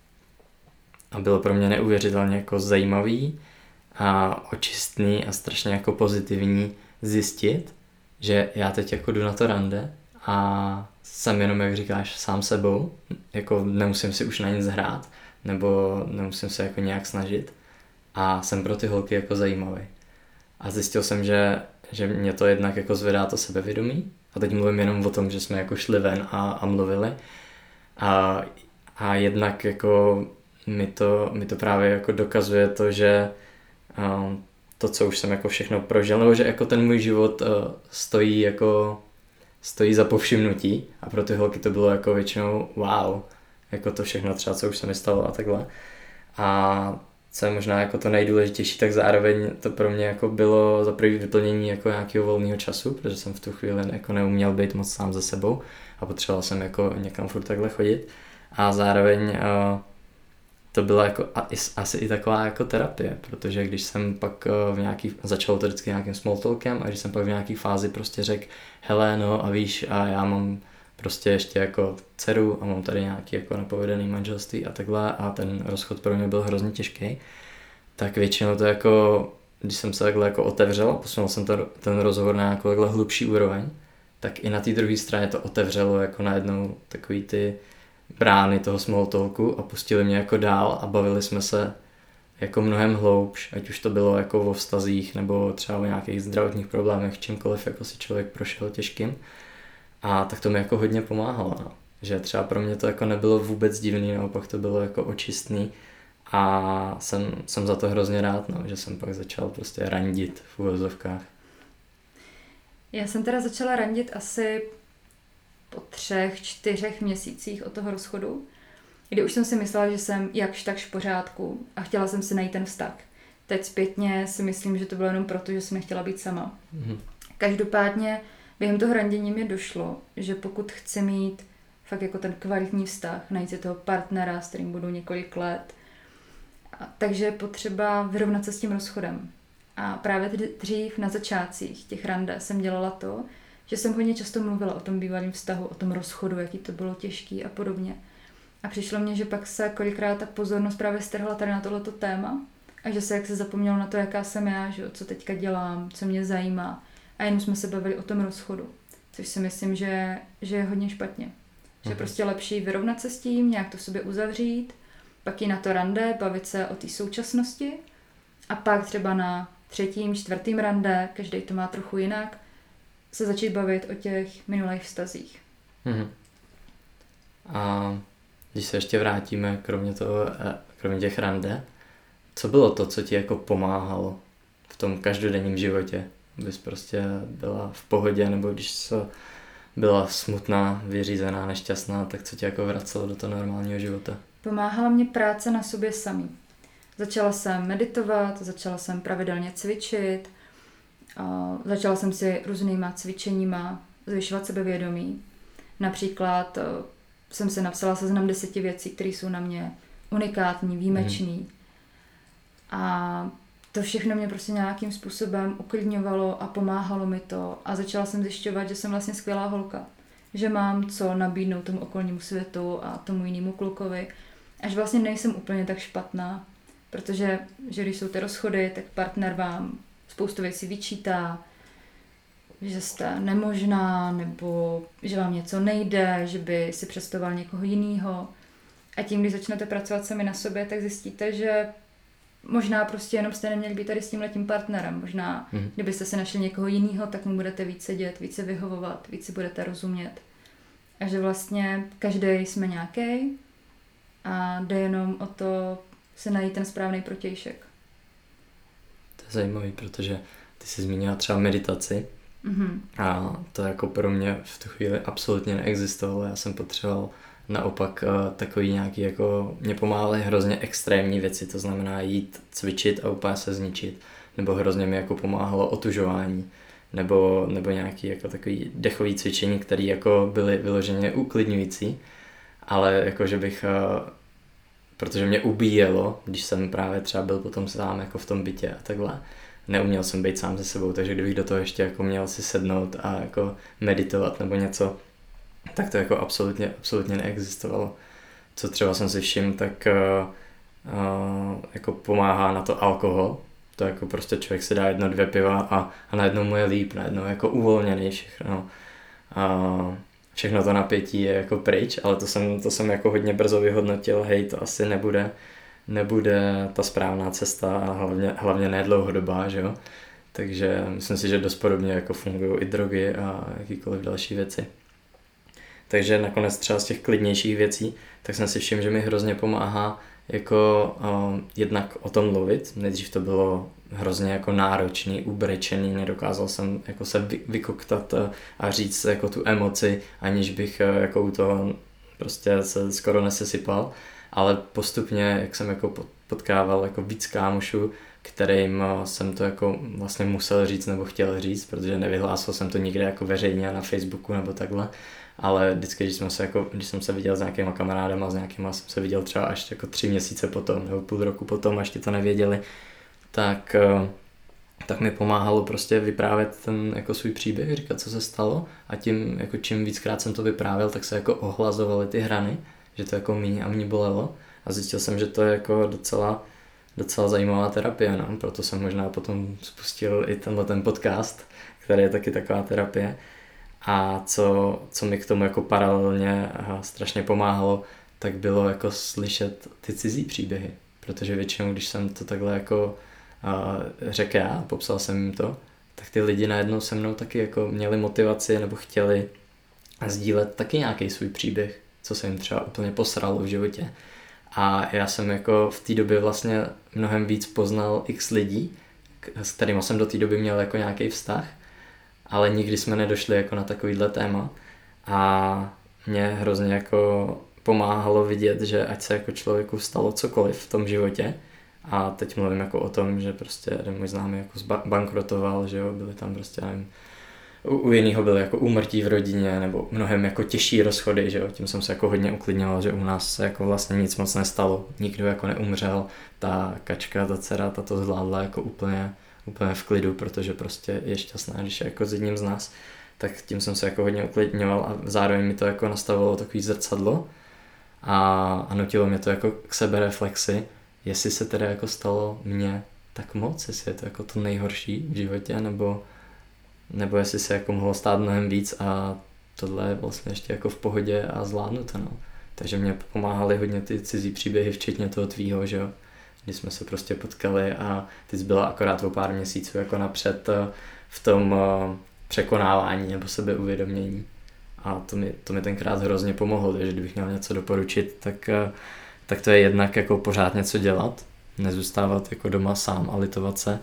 Speaker 2: a bylo pro mě neuvěřitelně jako zajímavý a očistný a strašně jako pozitivní zjistit, že já teď jako jdu na to rande a jsem jenom, jak říkáš, sám sebou, jako nemusím si už na nic hrát, nebo nemusím se jako nějak snažit a jsem pro ty holky jako zajímavý. A zjistil jsem, že, že mě to jednak jako zvedá to sebevědomí a teď mluvím jenom o tom, že jsme jako šli ven a, a mluvili a, a jednak jako mi to, mi to právě jako dokazuje to, že um, to, co už jsem jako všechno prožil, nebo že jako ten můj život uh, stojí jako stojí za povšimnutí a pro ty holky to bylo jako většinou wow, jako to všechno třeba, co už se mi stalo a takhle. A co je možná jako to nejdůležitější, tak zároveň to pro mě jako bylo za první vyplnění jako nějakého volného času, protože jsem v tu chvíli jako neuměl být moc sám ze sebou a potřeboval jsem jako někam furt takhle chodit. A zároveň uh, to byla jako asi i taková jako terapie, protože když jsem pak v nějaký, začal to vždycky nějakým small talkem a když jsem pak v nějaký fázi prostě řekl, hele no a víš a já mám prostě ještě jako dceru a mám tady nějaký jako nepovedený manželství a takhle a ten rozchod pro mě byl hrozně těžký, tak většinou to jako, když jsem se takhle jako otevřel a posunul jsem to, ten rozhovor na nějakou takhle hlubší úroveň, tak i na té druhé straně to otevřelo jako najednou takový ty brány toho small talku a pustili mě jako dál a bavili jsme se jako mnohem hloubš, ať už to bylo jako o vztazích nebo třeba o nějakých zdravotních problémech, čímkoliv jako si člověk prošel těžkým. A tak to mi jako hodně pomáhalo, no. Že třeba pro mě to jako nebylo vůbec divný, naopak to bylo jako očistný a jsem, jsem za to hrozně rád, no, že jsem pak začal prostě randit v uvozovkách.
Speaker 3: Já jsem teda začala randit asi po třech, čtyřech měsících od toho rozchodu, kdy už jsem si myslela, že jsem jakž takž v pořádku a chtěla jsem si najít ten vztah. Teď zpětně si myslím, že to bylo jenom proto, že jsem nechtěla být sama. Mm-hmm. Každopádně během toho randění mi došlo, že pokud chci mít fakt jako ten kvalitní vztah, najít si toho partnera, s kterým budu několik let, a takže je potřeba vyrovnat se s tím rozchodem. A právě dřív na začátcích těch rande jsem dělala to, že jsem hodně často mluvila o tom bývalém vztahu, o tom rozchodu, jaký to bylo těžký a podobně. A přišlo mně, že pak se kolikrát ta pozornost právě strhla tady na tohleto téma a že se jak se zapomnělo na to, jaká jsem já, že, co teďka dělám, co mě zajímá. A jenom jsme se bavili o tom rozchodu, což si myslím, že, že je hodně špatně. Že je prostě lepší vyrovnat se s tím, nějak to v sobě uzavřít, pak jít na to rande, bavit se o té současnosti a pak třeba na třetím, čtvrtým rande, každý to má trochu jinak, se začít bavit o těch minulých vztazích.
Speaker 2: Mm-hmm. A když se ještě vrátíme, kromě toho, kromě těch rande, co bylo to, co ti jako pomáhalo v tom každodenním životě? bys prostě byla v pohodě, nebo když se byla smutná, vyřízená, nešťastná, tak co tě jako vracelo do toho normálního života?
Speaker 3: Pomáhala mě práce na sobě samý. Začala jsem meditovat, začala jsem pravidelně cvičit, a začala jsem si různýma cvičeníma zvyšovat sebevědomí. Například jsem se napsala seznam deseti věcí, které jsou na mě unikátní, výjimečný. Mm. A to všechno mě prostě nějakým způsobem uklidňovalo a pomáhalo mi to. A začala jsem zjišťovat, že jsem vlastně skvělá holka. Že mám co nabídnout tomu okolnímu světu a tomu jinému klukovi. Až vlastně nejsem úplně tak špatná. Protože že když jsou ty rozchody, tak partner vám spoustu věcí vyčítá, že jste nemožná, nebo že vám něco nejde, že by si představoval někoho jiného. A tím, když začnete pracovat sami na sobě, tak zjistíte, že možná prostě jenom jste neměli být tady s tímhletím partnerem. Možná, mm. kdybyste si našli někoho jiného, tak mu budete víc sedět, více vyhovovat, víc si budete rozumět. A že vlastně každý jsme nějaký a jde jenom o to se najít ten správný protějšek.
Speaker 2: To je zajímavý, protože ty jsi zmínila třeba meditaci mm-hmm. a to jako pro mě v tu chvíli absolutně neexistovalo. Já jsem potřeboval naopak takový nějaký jako, mě pomáhaly hrozně extrémní věci, to znamená jít cvičit a úplně se zničit, nebo hrozně mi jako pomáhalo otužování, nebo, nebo nějaký jako takový dechový cvičení, které jako byly vyloženě uklidňující, ale jako že bych, protože mě ubíjelo, když jsem právě třeba byl potom sám jako v tom bytě a takhle, neuměl jsem být sám se sebou, takže kdybych do toho ještě jako měl si sednout a jako meditovat nebo něco, tak to jako absolutně, absolutně neexistovalo. Co třeba jsem si všiml, tak uh, uh, jako pomáhá na to alkohol. To jako prostě člověk si dá jedno, dvě piva a, a najednou mu je líp, najednou jako uvolněný všechno. Uh, všechno to napětí je jako pryč, ale to jsem, to jsem jako hodně brzo vyhodnotil, hej, to asi nebude, nebude ta správná cesta a hlavně, hlavně ne dlouhodobá, že jo. Takže myslím si, že dost podobně jako fungují i drogy a jakýkoliv další věci. Takže nakonec třeba z těch klidnějších věcí, tak jsem si všiml, že mi hrozně pomáhá jako uh, jednak o tom mluvit. Nejdřív to bylo hrozně jako náročný, ubrečený, nedokázal jsem jako se vy, vykoktat a říct jako tu emoci, aniž bych uh, jako u toho prostě se skoro nesesypal. Ale postupně, jak jsem jako potkával jako víc kámošů, kterým jsem to jako vlastně musel říct nebo chtěl říct, protože nevyhlásil jsem to nikde jako veřejně na Facebooku nebo takhle, ale vždycky, když jsem se, jako, když jsem se viděl s nějakýma kamarádama, s nějakýma jsem se viděl třeba až jako tři měsíce potom nebo půl roku potom, až ti to nevěděli, tak, tak mi pomáhalo prostě vyprávět ten jako svůj příběh, říkat, co se stalo, a tím jako čím víckrát jsem to vyprávěl, tak se jako ohlazovaly ty hrany, že to jako míň a mě bolelo, a zjistil jsem, že to je jako docela docela zajímavá terapie, no? Proto jsem možná potom spustil i tenhle ten podcast, který je taky taková terapie. A co, co mi k tomu jako paralelně strašně pomáhalo, tak bylo jako slyšet ty cizí příběhy, protože většinou, když jsem to takhle jako uh, řekl já, popsal jsem jim to, tak ty lidi najednou se mnou taky jako měli motivaci nebo chtěli sdílet taky nějaký svůj příběh, co se jim třeba úplně posralo v životě. A já jsem jako v té době vlastně mnohem víc poznal x lidí, s kterými jsem do té doby měl jako nějaký vztah, ale nikdy jsme nedošli jako na takovýhle téma. A mě hrozně jako pomáhalo vidět, že ať se jako člověku stalo cokoliv v tom životě, a teď mluvím jako o tom, že prostě jeden můj známý jako zbankrotoval, že jo, byly tam prostě, nevím, U, u jiného byly jako úmrtí v rodině nebo mnohem jako těžší rozchody, že jo, tím jsem se jako hodně uklidňoval, že u nás se jako vlastně nic moc nestalo, nikdo jako neumřel, ta kačka, ta dcera, ta to zvládla jako úplně, úplně v klidu, protože prostě je šťastná, když je jako s jedním z nás, tak tím jsem se jako hodně uklidňoval a zároveň mi to jako nastavilo takový zrcadlo a, a nutilo mě to jako k sebereflexi, jestli se teda jako stalo mně tak moc, jestli je to jako to nejhorší v životě, nebo nebo jestli se jako mohlo stát mnohem víc a tohle je vlastně ještě jako v pohodě a zvládnuto, no. Takže mě pomáhaly hodně ty cizí příběhy, včetně toho tvýho, že jo, kdy jsme se prostě potkali a ty jsi byla akorát o pár měsíců jako napřed v tom překonávání nebo sebeuvědomění. A to mi, to mi tenkrát hrozně pomohlo, takže kdybych měl něco doporučit, tak, tak to je jednak jako pořád něco dělat, nezůstávat jako doma sám a litovat se,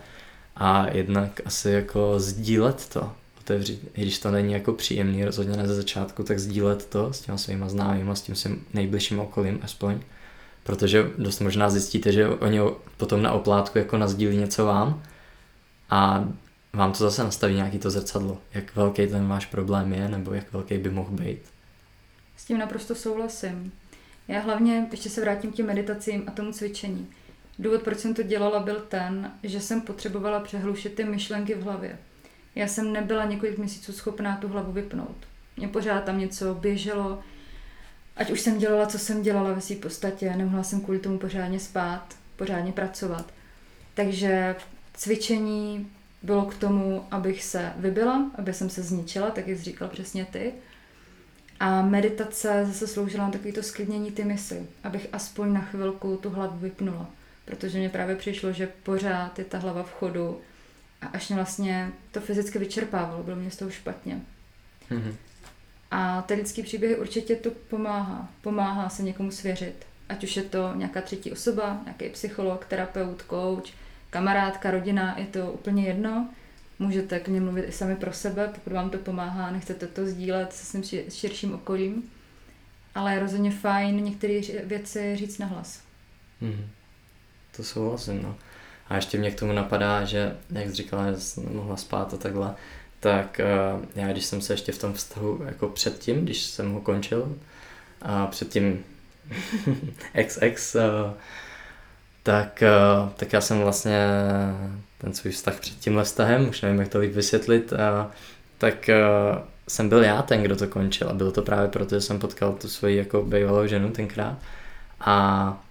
Speaker 2: a jednak asi jako sdílet to, otevřít, i když to není jako příjemný, rozhodně ne ze začátku, tak sdílet to s těma svýma známýma, s tím svým nejbližším okolím aspoň, protože dost možná zjistíte, že oni potom na oplátku jako nazdílí něco vám a vám to zase nastaví nějaký to zrcadlo, jak velký ten váš problém je, nebo jak velký by mohl být.
Speaker 3: S tím naprosto souhlasím. Já hlavně, ještě se vrátím k těm meditacím a tomu cvičení. Důvod, proč jsem to dělala, byl ten, že jsem potřebovala přehlušit ty myšlenky v hlavě. Já jsem nebyla několik měsíců schopná tu hlavu vypnout. Mně pořád tam něco běželo, ať už jsem dělala, co jsem dělala ve své podstatě, nemohla jsem kvůli tomu pořádně spát, pořádně pracovat. Takže cvičení bylo k tomu, abych se vybila, aby jsem se zničila, tak jak jsi říkal přesně ty. A meditace zase sloužila na takovýto sklidnění ty mysli, abych aspoň na chvilku tu hlavu vypnula. Protože mně právě přišlo, že pořád je ta hlava v chodu a až mě vlastně to fyzicky vyčerpávalo, bylo mě z toho špatně. Mm-hmm. A ty lidský příběhy určitě to pomáhá. Pomáhá se někomu svěřit. Ať už je to nějaká třetí osoba, nějaký psycholog, terapeut, coach, kamarádka, rodina, je to úplně jedno. Můžete k němu mluvit i sami pro sebe, pokud vám to pomáhá, nechcete to sdílet se svým širším okolím. Ale je rozhodně fajn některé věci říct nahlas.
Speaker 2: Mm-hmm. To souhlasím, no. A ještě mě k tomu napadá, že, jak jsi říkala, že jsem nemohla spát a takhle, tak uh, já, když jsem se ještě v tom vztahu jako předtím, když jsem ho končil, a předtím ex ex, uh, tak, uh, tak já jsem vlastně ten svůj vztah před tímhle vztahem, už nevím, jak to líp vysvětlit, uh, tak uh, jsem byl já ten, kdo to končil a bylo to právě proto, že jsem potkal tu svoji jako bývalou ženu tenkrát a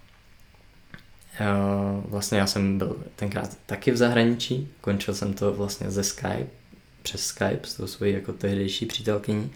Speaker 2: Uh, vlastně já jsem byl tenkrát taky v zahraničí, končil jsem to vlastně ze Skype, přes Skype s tou svojí jako tehdejší přítelkyní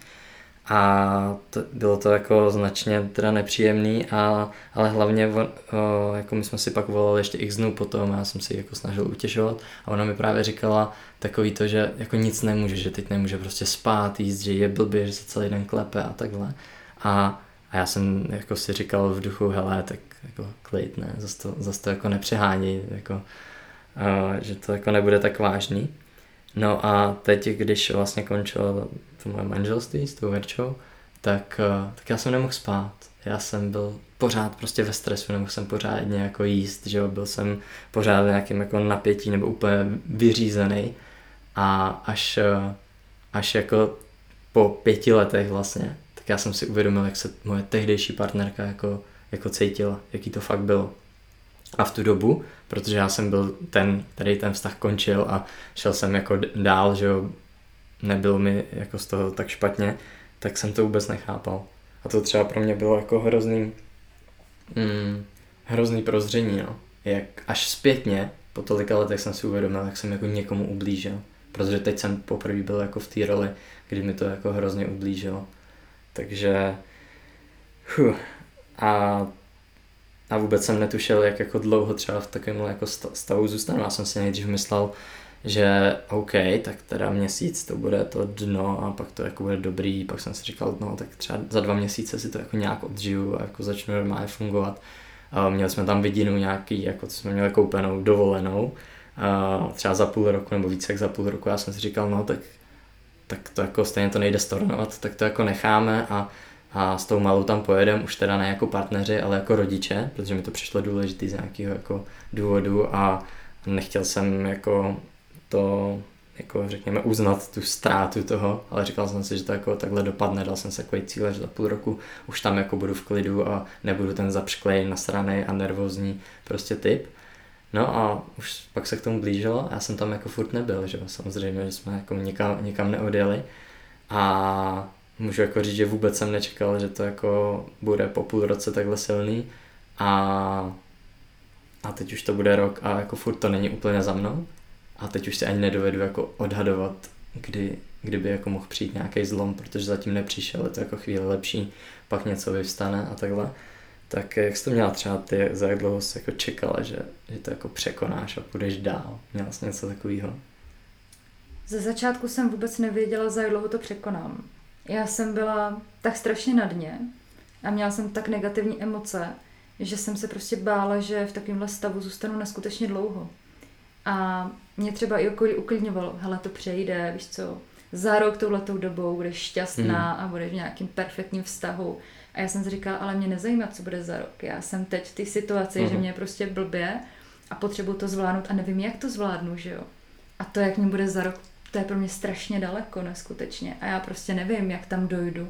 Speaker 2: a to, bylo to jako značně teda nepříjemný, a, ale hlavně uh, jako my jsme si pak volali ještě x dnů potom a já jsem si ji jako snažil utěšovat a ona mi právě říkala takový to, že jako nic nemůže, že teď nemůže prostě spát, jíst, že je blbě, že se celý den klepe a takhle a A já jsem jako si říkal v duchu, hele, tak jako klid, ne, zase to, zas to jako nepřehání, jako, uh, že to jako nebude tak vážný. No a teď, když vlastně končilo to moje manželství s tou Verčou, tak, uh, tak já jsem nemohl spát. Já jsem byl pořád prostě ve stresu, nemohl jsem pořádně jako jíst, že jo, byl jsem pořád v nějakém jako napětí nebo úplně vyřízený. A až, uh, až jako po pěti letech vlastně, tak já jsem si uvědomil, jak se moje tehdejší partnerka jako, jako cítila, jaký to fakt bylo. A v tu dobu, protože já jsem byl ten, který ten vztah končil a šel jsem jako dál, že jo, nebylo mi jako z toho tak špatně, tak jsem to vůbec nechápal. A to třeba pro mě bylo jako hrozný, mm, hrozný prozření, no. Jak až zpětně, po tolika letech jsem si uvědomil, jak jsem jako někomu ublížil. Protože teď jsem poprvé byl jako v té roli, kdy mi to jako hrozně ublížilo. Takže huh, a, a vůbec jsem netušil, jak jako dlouho třeba v takovém jako stavu zůstanu. Já jsem si nejdřív myslel, že OK, tak teda měsíc to bude to dno a pak to jako bude dobrý, pak jsem si říkal, no tak třeba za dva měsíce si to jako nějak odžiju a jako začnu normálně fungovat. A měli jsme tam vidinu nějaký, jako co jsme měli koupenou, dovolenou, a třeba za půl roku nebo více jak za půl roku. Já jsem si říkal, no tak tak to jako stejně to nejde stornovat, tak to jako necháme a, a s tou malou tam pojedeme, už teda ne jako partneři, ale jako rodiče, protože mi to přišlo důležitý z nějakého jako důvodu a nechtěl jsem jako to, jako řekněme, uznat tu ztrátu toho, ale říkal jsem si, že to jako takhle dopadne, dal jsem se takový cíle, že za půl roku už tam jako budu v klidu a nebudu ten zapšklej, nasranej a nervózní prostě typ. No a už pak se k tomu blížilo a já jsem tam jako furt nebyl, že jo, samozřejmě, že jsme jako nikam, nikam neodjeli a můžu jako říct, že vůbec jsem nečekal, že to jako bude po půl roce takhle silný a, a teď už to bude rok a jako furt to není úplně za mnou a teď už si ani nedovedu jako odhadovat, kdy, kdyby jako mohl přijít nějaký zlom, protože zatím nepřišel, je to jako chvíli lepší, pak něco vyvstane a takhle. Tak jak jsi to měla třeba ty, za jak dlouho jsi jako čekala, že, že to jako překonáš a půjdeš dál? Měla jsi něco takového?
Speaker 3: Ze začátku jsem vůbec nevěděla, za jak dlouho to překonám. Já jsem byla tak strašně na dně a měla jsem tak negativní emoce, že jsem se prostě bála, že v takovémhle stavu zůstanu neskutečně dlouho. A mě třeba i okolí uklidňovalo, hele, to přejde, víš co, za rok touhletou dobou budeš šťastná hmm. a budeš v nějakým perfektním vztahu. A já jsem si říkala, ale mě nezajímá, co bude za rok. Já jsem teď v té situaci, hmm. že mě je prostě blbě a potřebuji to zvládnout a nevím, jak to zvládnu, že jo. A to, jak mě bude za rok, to je pro mě strašně daleko, neskutečně. A já prostě nevím, jak tam dojdu.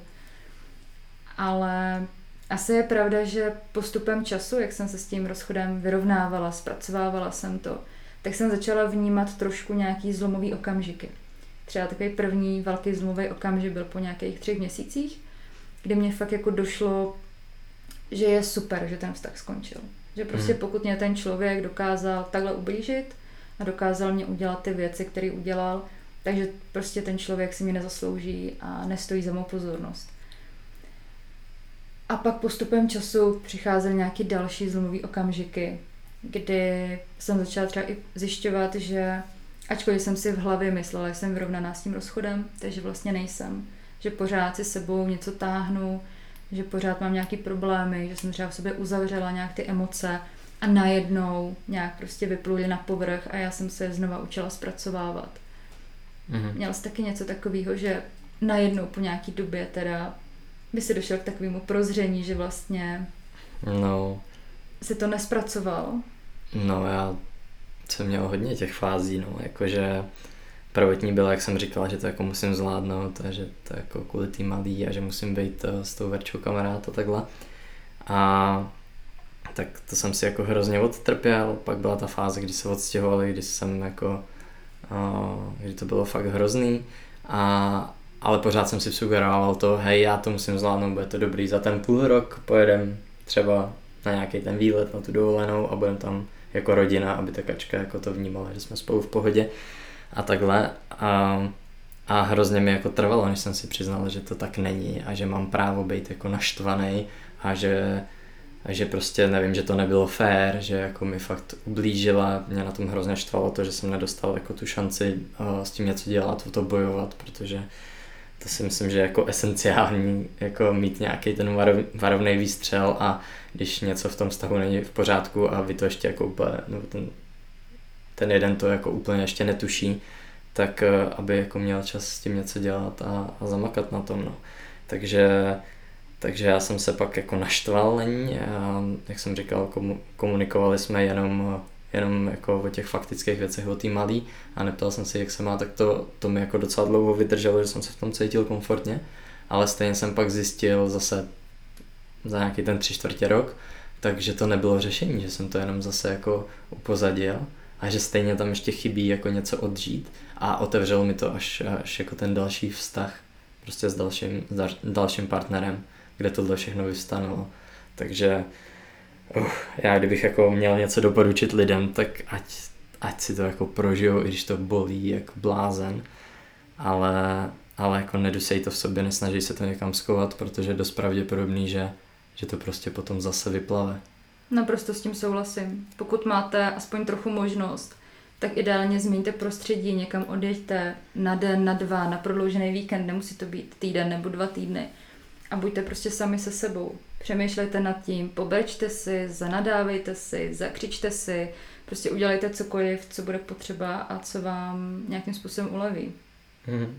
Speaker 3: Ale asi je pravda, že postupem času, jak jsem se s tím rozchodem vyrovnávala, zpracovávala jsem to, tak jsem začala vnímat trošku nějaký zlomový okamžiky. Třeba takový první velký zlomový okamžik byl po nějakých třech měsících, kdy mě fakt jako došlo, že je super, že ten vztah skončil. Že prostě hmm. pokud mě ten člověk dokázal takhle ublížit a dokázal mě udělat ty věci, které udělal, takže prostě ten člověk si mě nezaslouží a nestojí za mou pozornost. A pak postupem času přicházely nějaké další zlomový okamžiky, kdy jsem začala třeba i zjišťovat, že ačkoliv jsem si v hlavě myslela, že jsem vyrovnaná s tím rozchodem, takže vlastně nejsem. Že pořád si sebou něco táhnu, že pořád mám nějaký problémy, že jsem třeba v sobě uzavřela nějak ty emoce a najednou nějak prostě vypluly na povrch a já jsem se znova učila zpracovávat. Mm-hmm. Měla jsi taky něco takového, že najednou po nějaký době teda by si došel k takovému prozření, že vlastně
Speaker 2: no.
Speaker 3: si to nespracoval?
Speaker 2: No já jsem měl hodně těch fází, no, jakože prvotní byla, jak jsem říkala, že to jako musím zvládnout a že to jako kvůli tý malý a že musím být s tou Verčou kamarád a takhle. A tak to jsem si jako hrozně odtrpěl, pak byla ta fáze, kdy se odstěhovali, kdy jsem jako, uh, kdy to bylo fakt hrozný, a, ale pořád jsem si sugeroval to, hej, já to musím zvládnout, bude to dobrý, za ten půl rok pojedem třeba na nějaký ten výlet, na tu dovolenou a budem tam jako rodina, aby ta Kačka jako to vnímala, že jsme spolu v pohodě a takhle. A, a hrozně mi jako trvalo, než jsem si přiznal, že to tak není a že mám právo být jako naštvaný a že, a že prostě nevím, že to nebylo fér, že jako mi fakt ublížila. Mě na tom hrozně štvalo to, že jsem nedostal jako tu šanci uh, s tím něco dělat, o to bojovat, protože to si myslím, že je jako esenciální jako mít nějaký ten varov, varovný výstřel, a když něco v tom vztahu není v pořádku a vy to ještě jako úplně, no ten, ten jeden to jako úplně ještě netuší, tak aby jako měl čas s tím něco dělat a, a zamakat na tom, no. Takže, takže já jsem se pak jako naštval na ní a jak jsem říkal, komu, komunikovali jsme jenom jenom jako o těch faktických věcech, o té malý, a neptal jsem si, jak se má, tak to, to mi jako docela dlouho vydrželo, že jsem se v tom cítil komfortně, ale stejně jsem pak zjistil zase za nějaký ten tři čtvrtě rok, takže to nebylo řešení, že jsem to jenom zase jako upozadil a že stejně tam ještě chybí jako něco odžít, a otevřelo mi to až, až jako ten další vztah prostě s dalším, s dalším partnerem, kde tohle všechno vyvstanulo. Takže Uh, já kdybych jako měl něco doporučit lidem, tak ať, ať si to jako prožijou, i když to bolí jak blázen, ale, ale jako nedusej to v sobě, nesnaží se to někam schovat, protože je dost pravděpodobný, že, že to prostě potom zase vyplave.
Speaker 3: Naprosto s tím souhlasím. Pokud máte aspoň trochu možnost, tak ideálně změňte prostředí, někam odjeďte na den, na dva, na prodloužený víkend, nemusí to být týden nebo dva týdny. A buďte prostě sami se sebou. Přemýšlejte nad tím, pobrečte si, zanadávejte si, zakřičte si, prostě udělejte cokoliv, co bude potřeba a co vám nějakým způsobem uleví.
Speaker 2: Mm.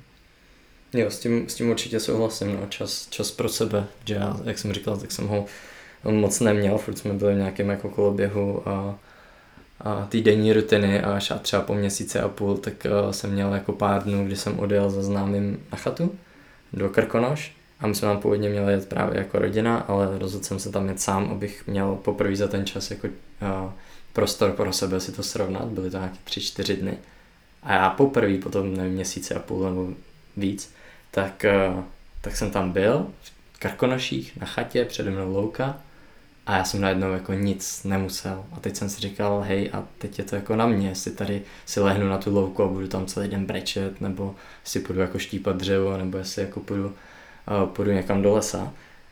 Speaker 2: Jo, s tím, s tím určitě souhlasím, no. čas, čas pro sebe, že já, jak jsem říkal, tak jsem ho moc neměl, furt jsme byli v nějakém jako koloběhu a, a týdenní rutiny, a až třeba po měsíci a půl, tak uh, jsem měl jako pár dnů, kdy jsem odjel za známým na chatu do Krkonoš. A my jsme tam původně měli jet právě jako rodina, ale rozhodl jsem se tam jet sám, abych měl poprvé za ten čas jako uh, prostor pro sebe si to srovnat. Byly to nějaké tři, čtyři dny. A já poprvé, potom nevím, měsíce a půl nebo víc, tak, uh, tak jsem tam byl v Krkonoších na chatě, přede mnou louka, a já jsem najednou jako nic nemusel. A teď jsem si říkal, hej, a teď je to jako na mě, jestli tady si lehnu na tu louku a budu tam celý den brečet, nebo si půjdu jako štípat dřevo, nebo jestli jako půjdu půjdu někam do lesa,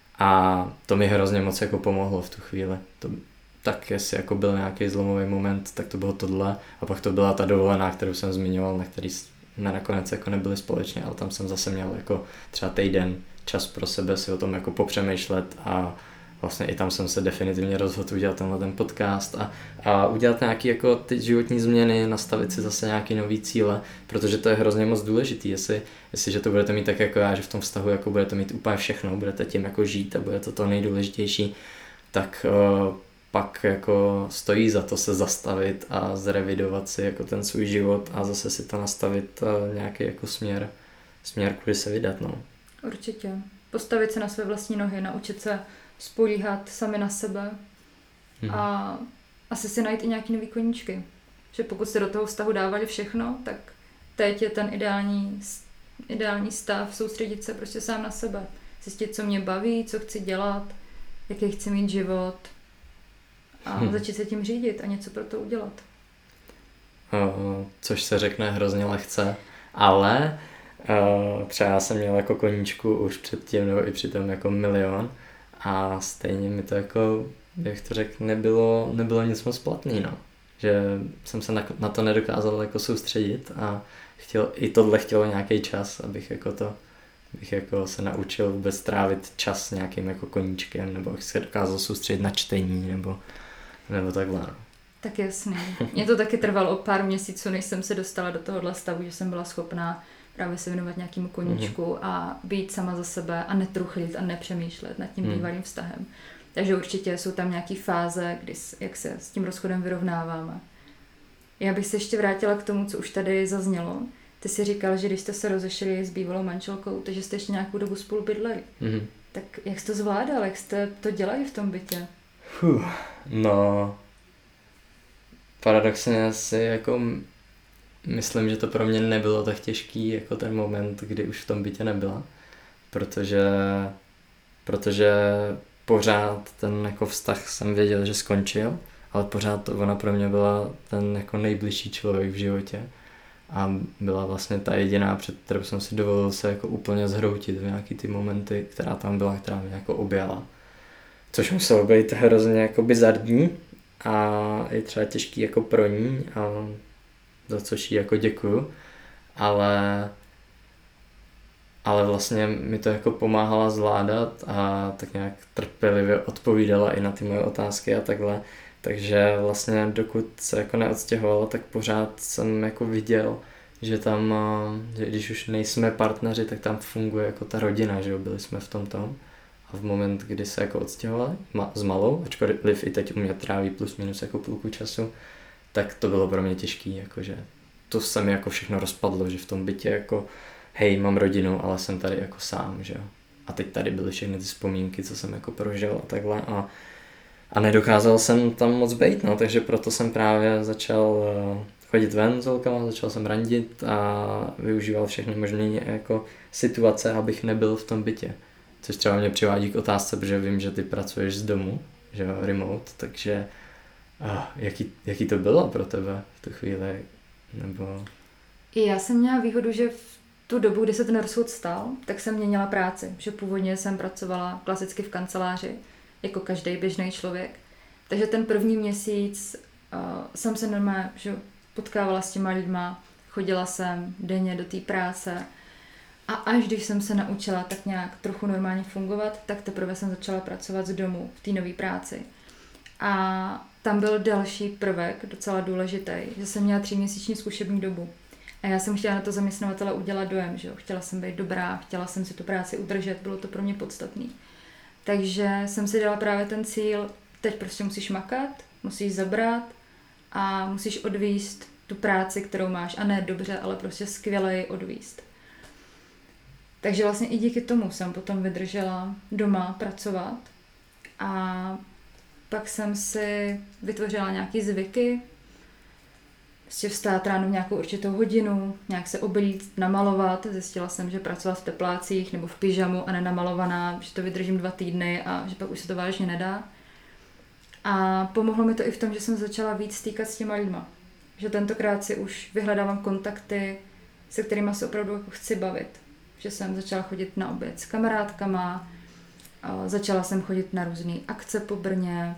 Speaker 2: a to mi hrozně moc jako pomohlo v tu chvíli. To, tak jestli jako byl nějaký zlomový moment, tak to bylo tohle, a pak to byla ta dovolená, kterou jsem zmiňoval, na který jsme nakonec jako nebyli společně, ale tam jsem zase měl jako třeba týden čas pro sebe si o tom jako popřemýšlet a vlastně i tam jsem se definitivně rozhodl udělat tenhle ten podcast a, a udělat nějaké jako ty životní změny, nastavit si zase nějaký nový cíle, protože to je hrozně moc důležitý, jestli, jestliže to budete mít tak jako já, že v tom vztahu jako budete mít úplně všechno, budete tím jako žít a bude to to nejdůležitější, tak uh, pak jako stojí za to se zastavit a zrevidovat si jako ten svůj život a zase si to nastavit uh, nějaký jako směr, směr, kudy se vydat, no.
Speaker 3: Určitě. Postavit se na své vlastní nohy, naučit se spolíhat sami na sebe hmm. a asi si najít i nějaký nový koníčky. Že pokud jste do toho vztahu dávali všechno, tak teď je ten ideální, ideální stav soustředit se prostě sám na sebe. Zjistit, co mě baví, co chci dělat, jaký chci mít život a hmm. začít se tím řídit a něco pro to udělat.
Speaker 2: Uh, což se řekne hrozně lehce, ale uh, třeba já jsem měl jako koníčku už předtím nebo i přitom jako milion a stejně mi to jako, jak to řekl, nebylo, nebylo nic moc platný, no. Že jsem se na, na to nedokázal jako soustředit a chtěl, i tohle chtělo nějaký čas, abych jako to, abych jako se naučil vůbec trávit čas nějakým jako koníčkem, nebo abych se dokázal soustředit na čtení, nebo, nebo takhle, no.
Speaker 3: Tak jasně. Mně to taky trvalo pár měsíců, než jsem se dostala do tohohle stavu, že jsem byla schopná právě se věnovat nějakému koníčku mm-hmm. a být sama za sebe a netruchlit a nepřemýšlet nad tím mm. bývalým vztahem. Takže určitě jsou tam nějaké fáze, kdy, jak se s tím rozchodem vyrovnáváme. Já bych se ještě vrátila k tomu, co už tady zaznělo. Ty jsi říkal, že když jste se rozešli s bývalou manželkou, takže jste ještě nějakou dobu spolu bydleli. Mm-hmm. Tak jak jsi to zvládal? Jak jste to dělali v tom bytě?
Speaker 2: Fuh, no... Paradoxně asi jako myslím, že to pro mě nebylo tak těžký jako ten moment, kdy už v tom bytě nebyla, protože, protože pořád ten jako vztah jsem věděl, že skončil, ale pořád ona pro mě byla ten jako nejbližší člověk v životě a byla vlastně ta jediná, před kterou jsem si dovolil se jako úplně zhroutit v nějaký ty momenty, která tam byla, která mě jako objala. Což muselo být hrozně jako bizarní a je třeba těžký jako pro ní, a za což jí jako děkuju, ale, ale vlastně mi to jako pomáhala zvládat a tak nějak trpělivě odpovídala i na ty moje otázky a takhle, takže vlastně dokud se jako neodstěhovala, tak pořád jsem jako viděl, že tam, že když už nejsme partneři, tak tam funguje jako ta rodina, že jo, byli jsme v tom tom. A v moment, kdy se jako odstěhovali ma- s malou, ačkoliv i teď u mě tráví plus minus jako půlku času, tak to bylo pro mě těžký, jakože to se mi jako všechno rozpadlo, že v tom bytě jako hej, mám rodinu, ale jsem tady jako sám, že jo. A teď tady byly všechny ty vzpomínky, co jsem jako prožil a takhle a, a nedokázal jsem tam moc bejt, no, takže proto jsem právě začal chodit ven s holkama, začal jsem randit a využíval všechny možné jako situace, abych nebyl v tom bytě. Což třeba mě přivádí k otázce, protože vím, že ty pracuješ z domu, že jo, remote, takže uh, jaký, jaký to bylo pro tebe v tu chvíli, nebo...
Speaker 3: I já jsem měla výhodu, že v tu dobu, kdy se ten rozchod stal, tak jsem měnila práci, že původně jsem pracovala klasicky v kanceláři, jako každý běžný člověk, takže ten první měsíc uh, jsem se normálně že potkávala s těma lidma, chodila jsem denně do té práce, a až když jsem se naučila tak nějak trochu normálně fungovat, tak teprve jsem začala pracovat z domu v té nové práci. A tam byl další prvek, docela důležitý, že jsem měla tříměsíční zkušební dobu. A já jsem chtěla na to zaměstnavatele udělat dojem, že jo. Chtěla jsem být dobrá, chtěla jsem si tu práci udržet, bylo to pro mě podstatný. Takže jsem si dala právě ten cíl, teď prostě musíš makat, musíš zabrat a musíš odvíst tu práci, kterou máš. A ne dobře, ale prostě skvěle odvíst. Takže vlastně i díky tomu jsem potom vydržela doma pracovat a pak jsem si vytvořila nějaký zvyky, prostě vstát ráno v nějakou určitou hodinu, nějak se oblít, namalovat, zjistila jsem, že pracovat v teplácích nebo v pyžamu a nenamalovaná, že to vydržím dva týdny a že pak už se to vážně nedá. A pomohlo mi to i v tom, že jsem začala víc stýkat s těma lidma, že tentokrát si už vyhledávám kontakty, se kterými se opravdu jako chci bavit. Že jsem začala chodit na oběd s kamarádkama, začala jsem chodit na různé akce po Brně,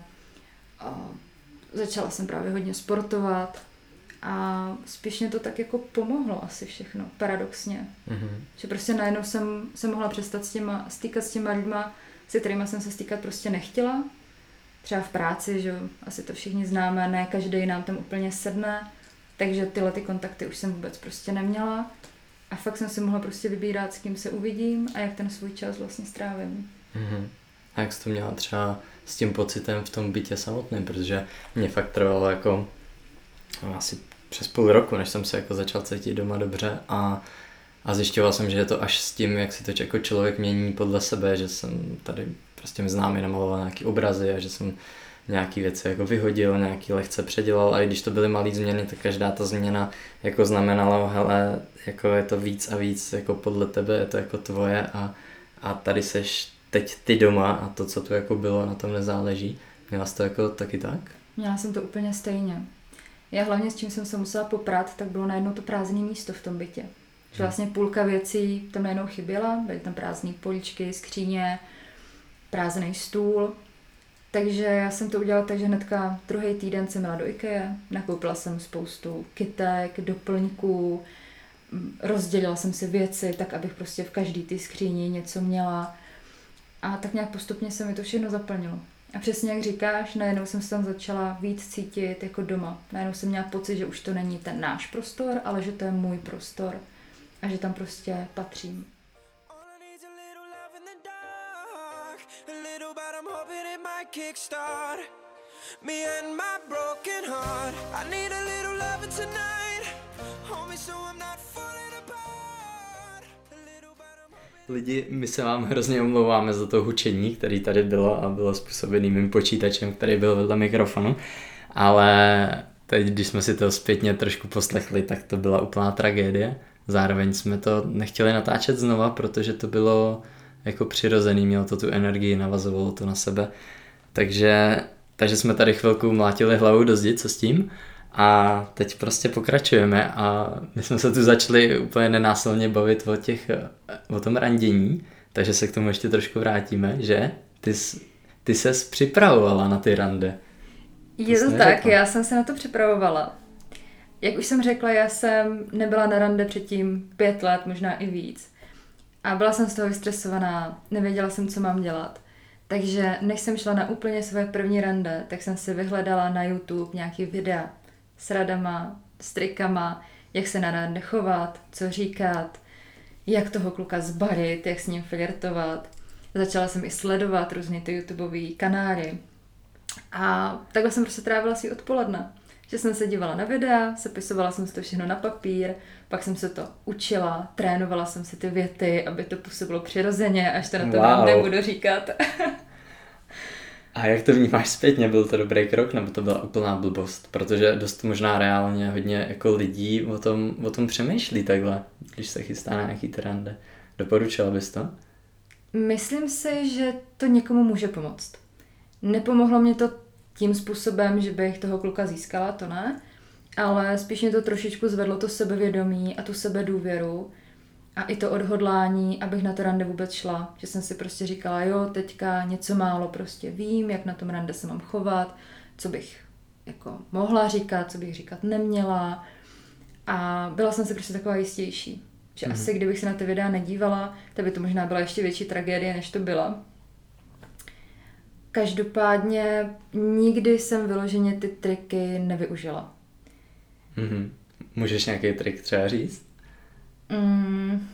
Speaker 3: začala jsem právě hodně sportovat a spíš mě to tak jako pomohlo asi všechno, paradoxně. Mm-hmm. Že prostě najednou jsem se mohla přestat s těma, stýkat s těma lidma, se kterými jsem se stýkat prostě nechtěla. Třeba v práci, že asi to všichni známe, ne každý nám tam úplně sedne, takže tyhle ty kontakty už jsem vůbec prostě neměla. A fakt jsem si mohla prostě vybírat, s kým se uvidím a jak ten svůj čas vlastně strávím.
Speaker 2: Mm-hmm. A jak jsi to měla třeba s tím pocitem v tom bytě samotném, protože mě fakt trvalo jako asi přes půl roku, než jsem se jako začal cítit doma dobře a, a zjišťoval jsem, že je to až s tím, jak si to jako člověk mění podle sebe, že jsem tady prostě mi známý namaloval nějaký obrazy a že jsem nějaký věci jako vyhodil, nějaký lehce předělal a i když to byly malé změny, tak každá ta změna jako znamenala, hele, jako je to víc a víc jako podle tebe, je to jako tvoje a, a tady seš teď ty doma a to, co tu jako bylo, na tom nezáleží. Měla jsi to jako taky tak?
Speaker 3: Měla jsem to úplně stejně. Já hlavně s čím jsem se musela poprat, tak bylo najednou to prázdné místo v tom bytě. Že vlastně půlka věcí tam najednou chyběla, byly tam prázdné poličky, skříně, prázdný stůl. Takže já jsem to udělala tak, že hnedka druhý týden jsem jela do IKEA, nakoupila jsem spoustu kytek, doplňků, rozdělila jsem si věci tak, abych prostě v každý té skříni něco měla. A tak nějak postupně se mi to všechno zaplnilo. A přesně jak říkáš, najednou jsem se tam začala víc cítit jako doma. Najednou jsem měla pocit, že už to není ten náš prostor, ale že to je můj prostor. A že tam prostě patřím.
Speaker 2: Lidi, my se vám hrozně omlouváme za to hučení, který tady bylo a bylo způsobený mým počítačem, který byl vedle mikrofonu, ale teď, když jsme si to zpětně trošku poslechli, tak to byla úplná tragédie. Zároveň jsme to nechtěli natáčet znova, protože to bylo jako přirozený, mělo to tu energii, navazovalo to na sebe. Takže, takže jsme tady chvilku mlátili hlavu do zdi, co s tím? A teď prostě pokračujeme a my jsme se tu začali úplně nenásilně bavit o, těch, o tom randění, takže se k tomu ještě trošku vrátíme, že? Ty, ty ses připravovala na ty rande.
Speaker 3: Je to tak, já jsem se na to připravovala. Jak už jsem řekla, já jsem nebyla na rande předtím pět let, možná i víc. A byla jsem z toho vystresovaná, nevěděla jsem, co mám dělat. Takže než jsem šla na úplně své první rande, tak jsem si vyhledala na YouTube nějaký videa s radama, s trikama, jak se na rande chovat, co říkat, jak toho kluka zbalit, jak s ním flirtovat. Začala jsem i sledovat různé ty YouTubeové kanály. A takhle jsem prostě trávila si odpoledne. Že jsem se dívala na videa, sepisovala jsem si to všechno na papír, pak jsem se to učila, trénovala jsem si ty věty, aby to působilo přirozeně, až to na to wow. nebudu říkat.
Speaker 2: A jak to vnímáš zpětně? Byl to dobrý krok, nebo to byla úplná blbost? Protože dost možná reálně hodně jako lidí o tom, o tom přemýšlí takhle, když se chystá na nějaký rande. Doporučila bys to?
Speaker 3: Myslím si, že to někomu může pomoct. Nepomohlo mě to tím způsobem, že bych toho kluka získala, to ne, ale spíš mě to trošičku zvedlo to sebevědomí a tu sebedůvěru a i to odhodlání, abych na to rande vůbec šla. Že jsem si prostě říkala, jo, teďka něco málo prostě vím, jak na tom rande se mám chovat, co bych jako mohla říkat, co bych říkat neměla a byla jsem si prostě taková jistější. Že mm-hmm. asi kdybych se na ty videa nedívala, tak by to možná byla ještě větší tragédie, než to byla. Každopádně nikdy jsem vyloženě ty triky nevyužila.
Speaker 2: Mm-hmm. Můžeš nějaký trik třeba říct?
Speaker 3: Mm.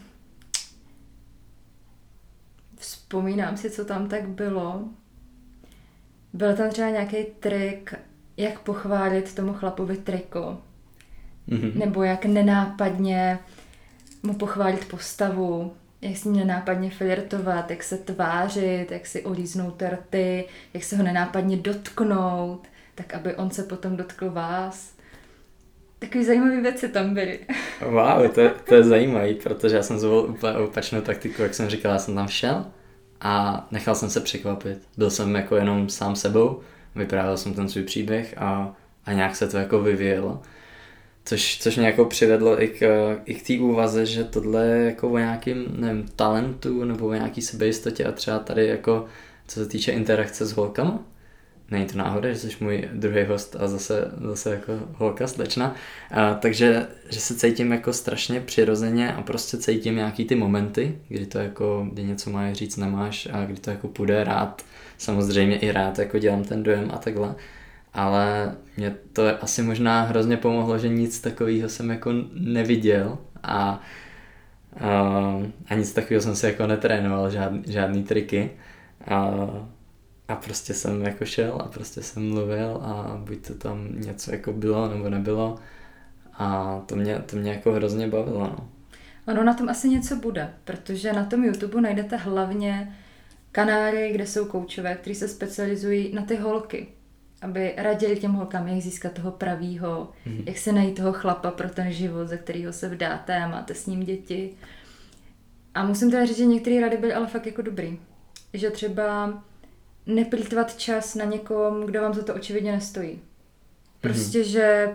Speaker 3: Vzpomínám si, co tam tak bylo. Byl tam třeba nějaký trik, jak pochválit tomu chlapovi triko. Mm-hmm. Nebo jak nenápadně mu pochválit postavu. Jak s ním nenápadně flirtovat, jak se tvářit, jak si olíznout rty, jak se ho nenápadně dotknout, tak aby on se potom dotkl vás. Takový zajímavé věci tam byly.
Speaker 2: Wow, to, to je zajímavé, protože já jsem zvolil úplně opačnou taktiku, jak jsem říkal, já jsem tam šel a nechal jsem se překvapit. Byl jsem jako jenom sám sebou, vyprávěl jsem ten svůj příběh a, a nějak se to jako vyvíjelo. Což, což mě jako přivedlo i k, i k té úvaze, že tohle je jako o nějakým, nevím, talentu nebo o nějaký sebejistotě a třeba tady jako, co se týče interakce s holkama. není to náhoda, že jsi můj druhý host a zase, zase jako holka, slečna. A, takže, že se cítím jako strašně přirozeně a prostě cítím nějaký ty momenty, kdy to jako, kdy něco máš říct, nemáš a kdy to jako půjde rád. Samozřejmě i rád jako dělám ten dojem a takhle. Ale mě to asi možná hrozně pomohlo, že nic takového jsem jako neviděl a, a, a nic takového jsem si jako netrénoval, žádný, žádný triky. A, a prostě jsem jako šel a prostě jsem mluvil a buď to tam něco jako bylo nebo nebylo a to mě, to mě jako hrozně bavilo. No.
Speaker 3: Ono na tom asi něco bude, protože na tom YouTube najdete hlavně kanály, kde jsou koučové, kteří se specializují na ty holky, aby radili těm holkám, jak získat toho pravýho, mm. jak se najít toho chlapa pro ten život, ze kterého se vdáte a máte s ním děti. A musím teda říct, že některé rady byly ale fakt jako dobrý. Že třeba neplýtvat čas na někom, kdo vám za to očividně nestojí. Prostě, mm. že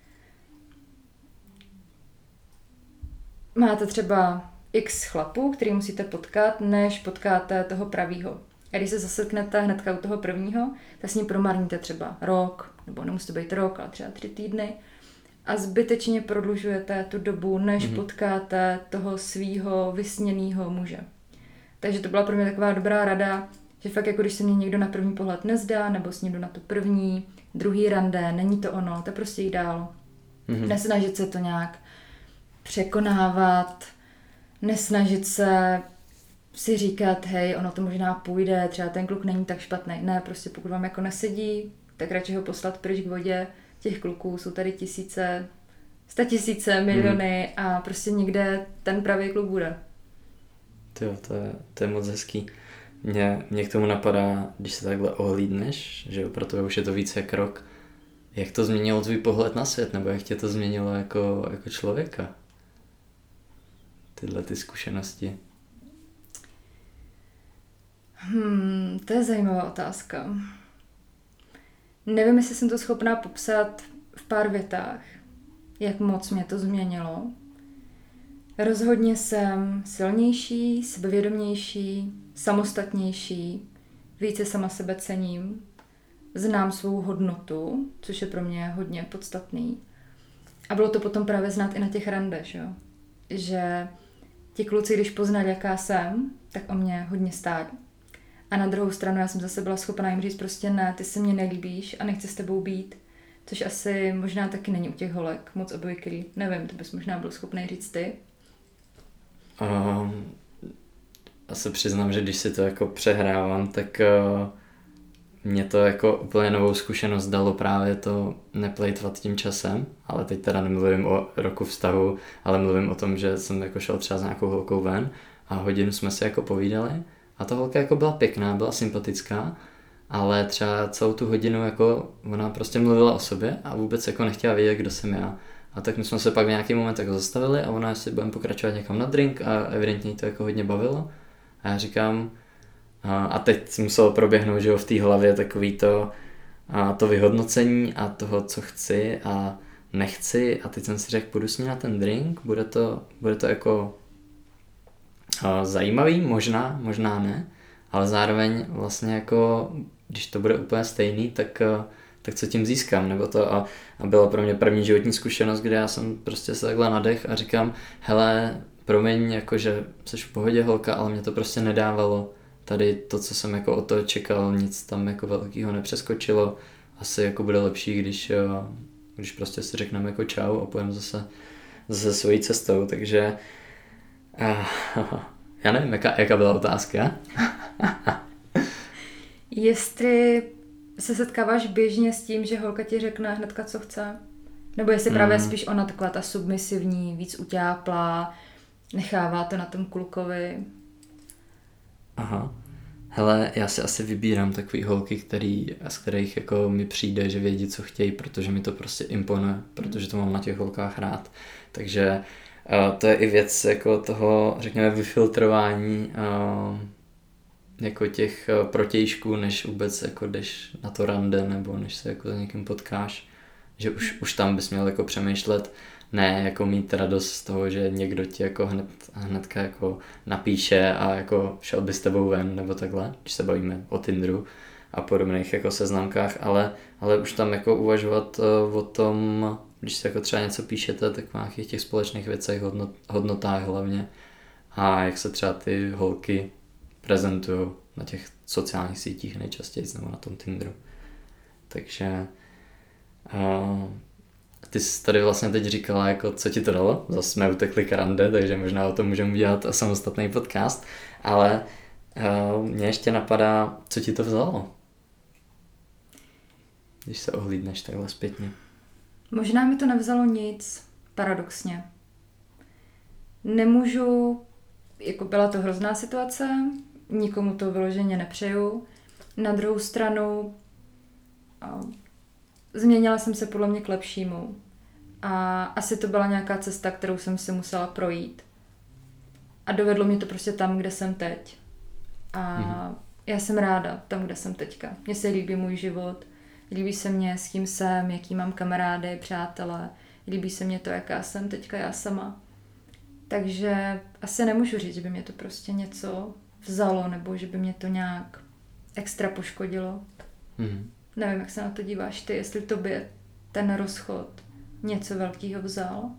Speaker 3: máte třeba x chlapů, který musíte potkat, než potkáte toho pravýho. A když se zaseknete hnedka u toho prvního, tak s ním promarníte třeba rok, nebo nemusí to být rok, ale třeba tři týdny. A zbytečně prodlužujete tu dobu, než mm-hmm. potkáte toho svýho vysněného muže. Takže to byla pro mě taková dobrá rada, že fakt jako když se mě někdo na první pohled nezdá, nebo s ním jdu na tu první, druhý rande, není to ono, to prostě jít dál. Mm-hmm. Nesnažit se to nějak překonávat, nesnažit se si říkat, hej, ono to možná půjde, třeba ten kluk není tak špatný. Ne, prostě pokud vám jako nesedí, tak radši ho poslat pryč k vodě. Těch kluků jsou tady tisíce, sta tisíce, miliony mm. a prostě někde ten pravý kluk bude.
Speaker 2: Jo, to je, to je moc hezký. Mě, mě k tomu napadá, když se takhle ohlídneš, že jo, pro tebe už je to víc jak rok, jak to změnilo tvůj pohled na svět, nebo jak tě to změnilo jako, jako člověka? Tyhle ty zkušenosti.
Speaker 3: Hmm, to je zajímavá otázka. Nevím, jestli jsem to schopná popsat v pár větách, jak moc mě to změnilo. Rozhodně jsem silnější, sebevědomější, samostatnější, více sama sebe cením, znám svou hodnotu, což je pro mě hodně podstatný. A bylo to potom právě znát i na těch randech, jo? Že ti kluci, když poznali, jaká jsem, tak o mě hodně stáli. A na druhou stranu já jsem zase byla schopná jim říct prostě ne, ty se mně nelíbíš a nechci s tebou být. Což asi možná taky není u těch holek moc obvyklý. Nevím, to bys možná byl schopný říct ty.
Speaker 2: Um, asi přiznám, že když si to jako přehrávám, tak uh, mě to jako úplně novou zkušenost dalo právě to neplejtvat tím časem, ale teď teda nemluvím o roku vztahu, ale mluvím o tom, že jsem jako šel třeba s nějakou holkou ven a hodinu jsme si jako povídali a ta holka jako byla pěkná, byla sympatická, ale třeba celou tu hodinu jako ona prostě mluvila o sobě a vůbec jako nechtěla vědět, kdo jsem já. A tak my jsme se pak v nějaký moment jako zastavili a ona jestli budeme pokračovat někam na drink a evidentně jí to jako hodně bavilo. A já říkám, a, a teď muselo proběhnout, že jo, v té hlavě takový to, a to vyhodnocení a toho, co chci a nechci. A teď jsem si řekl, půjdu s ní na ten drink, bude to, bude to jako a, zajímavý, možná, možná ne, ale zároveň vlastně jako, když to bude úplně stejný, tak tak co tím získám, nebo to a, a byla pro mě první životní zkušenost, kde já jsem prostě se takhle nadech a říkám, hele, promiň, jakože jsi v pohodě holka, ale mě to prostě nedávalo, tady to, co jsem jako o to čekal, nic tam jako velkýho nepřeskočilo, asi jako bude lepší, když, když prostě si řekneme jako čau a půjdeme zase, zase svojí cestou, takže uh, já nevím, jaká, jaká byla otázka.
Speaker 3: Jestli se setkáváš běžně s tím, že holka ti řekne hnedka, co chce? Nebo jestli právě mm. spíš ona taková ta submisivní, víc utáplá, nechává to na tom klukovi?
Speaker 2: Aha. Hele, já si asi vybírám takový holky, který, z kterých jako mi přijde, že vědí, co chtějí, protože mi to prostě imponuje, protože to mám na těch holkách rád. Takže uh, to je i věc jako toho, řekněme, vyfiltrování uh, jako těch protějšků, než vůbec jako jdeš na to rande, nebo než se jako za někým potkáš, že už, už tam bys měl jako přemýšlet, ne jako mít radost z toho, že někdo ti jako hned, hnedka jako napíše a jako šel by s tebou ven, nebo takhle, když se bavíme o Tinderu, a podobných jako seznamkách, ale, ale už tam jako uvažovat uh, o tom, když se jako třeba něco píšete, tak v nějakých těch společných věcech, hodnot, hodnotách hlavně a jak se třeba ty holky prezentují na těch sociálních sítích nejčastěji nebo na tom Tinderu. Takže uh, ty jsi tady vlastně teď říkala, jako, co ti to dalo. Zase jsme utekli k rande, takže možná o tom můžeme udělat samostatný podcast, ale uh, mě ještě napadá, co ti to vzalo, když se ohlídneš takhle zpětně.
Speaker 3: Možná mi to nevzalo nic, paradoxně. Nemůžu, jako byla to hrozná situace, nikomu to vyloženě nepřeju. Na druhou stranu uh, změnila jsem se podle mě k lepšímu. A asi to byla nějaká cesta, kterou jsem si musela projít. A dovedlo mě to prostě tam, kde jsem teď. A mm. já jsem ráda tam, kde jsem teďka. Mně se líbí můj život. Líbí se mě, s kým jsem, jaký mám kamarády, přátelé. Líbí se mě to, jaká jsem teďka já sama. Takže asi nemůžu říct, že by mě to prostě něco vzalo, nebo že by mě to nějak extra poškodilo. Mm. Nevím, jak se na to díváš ty, jestli tobě ten rozchod něco velkého vzal?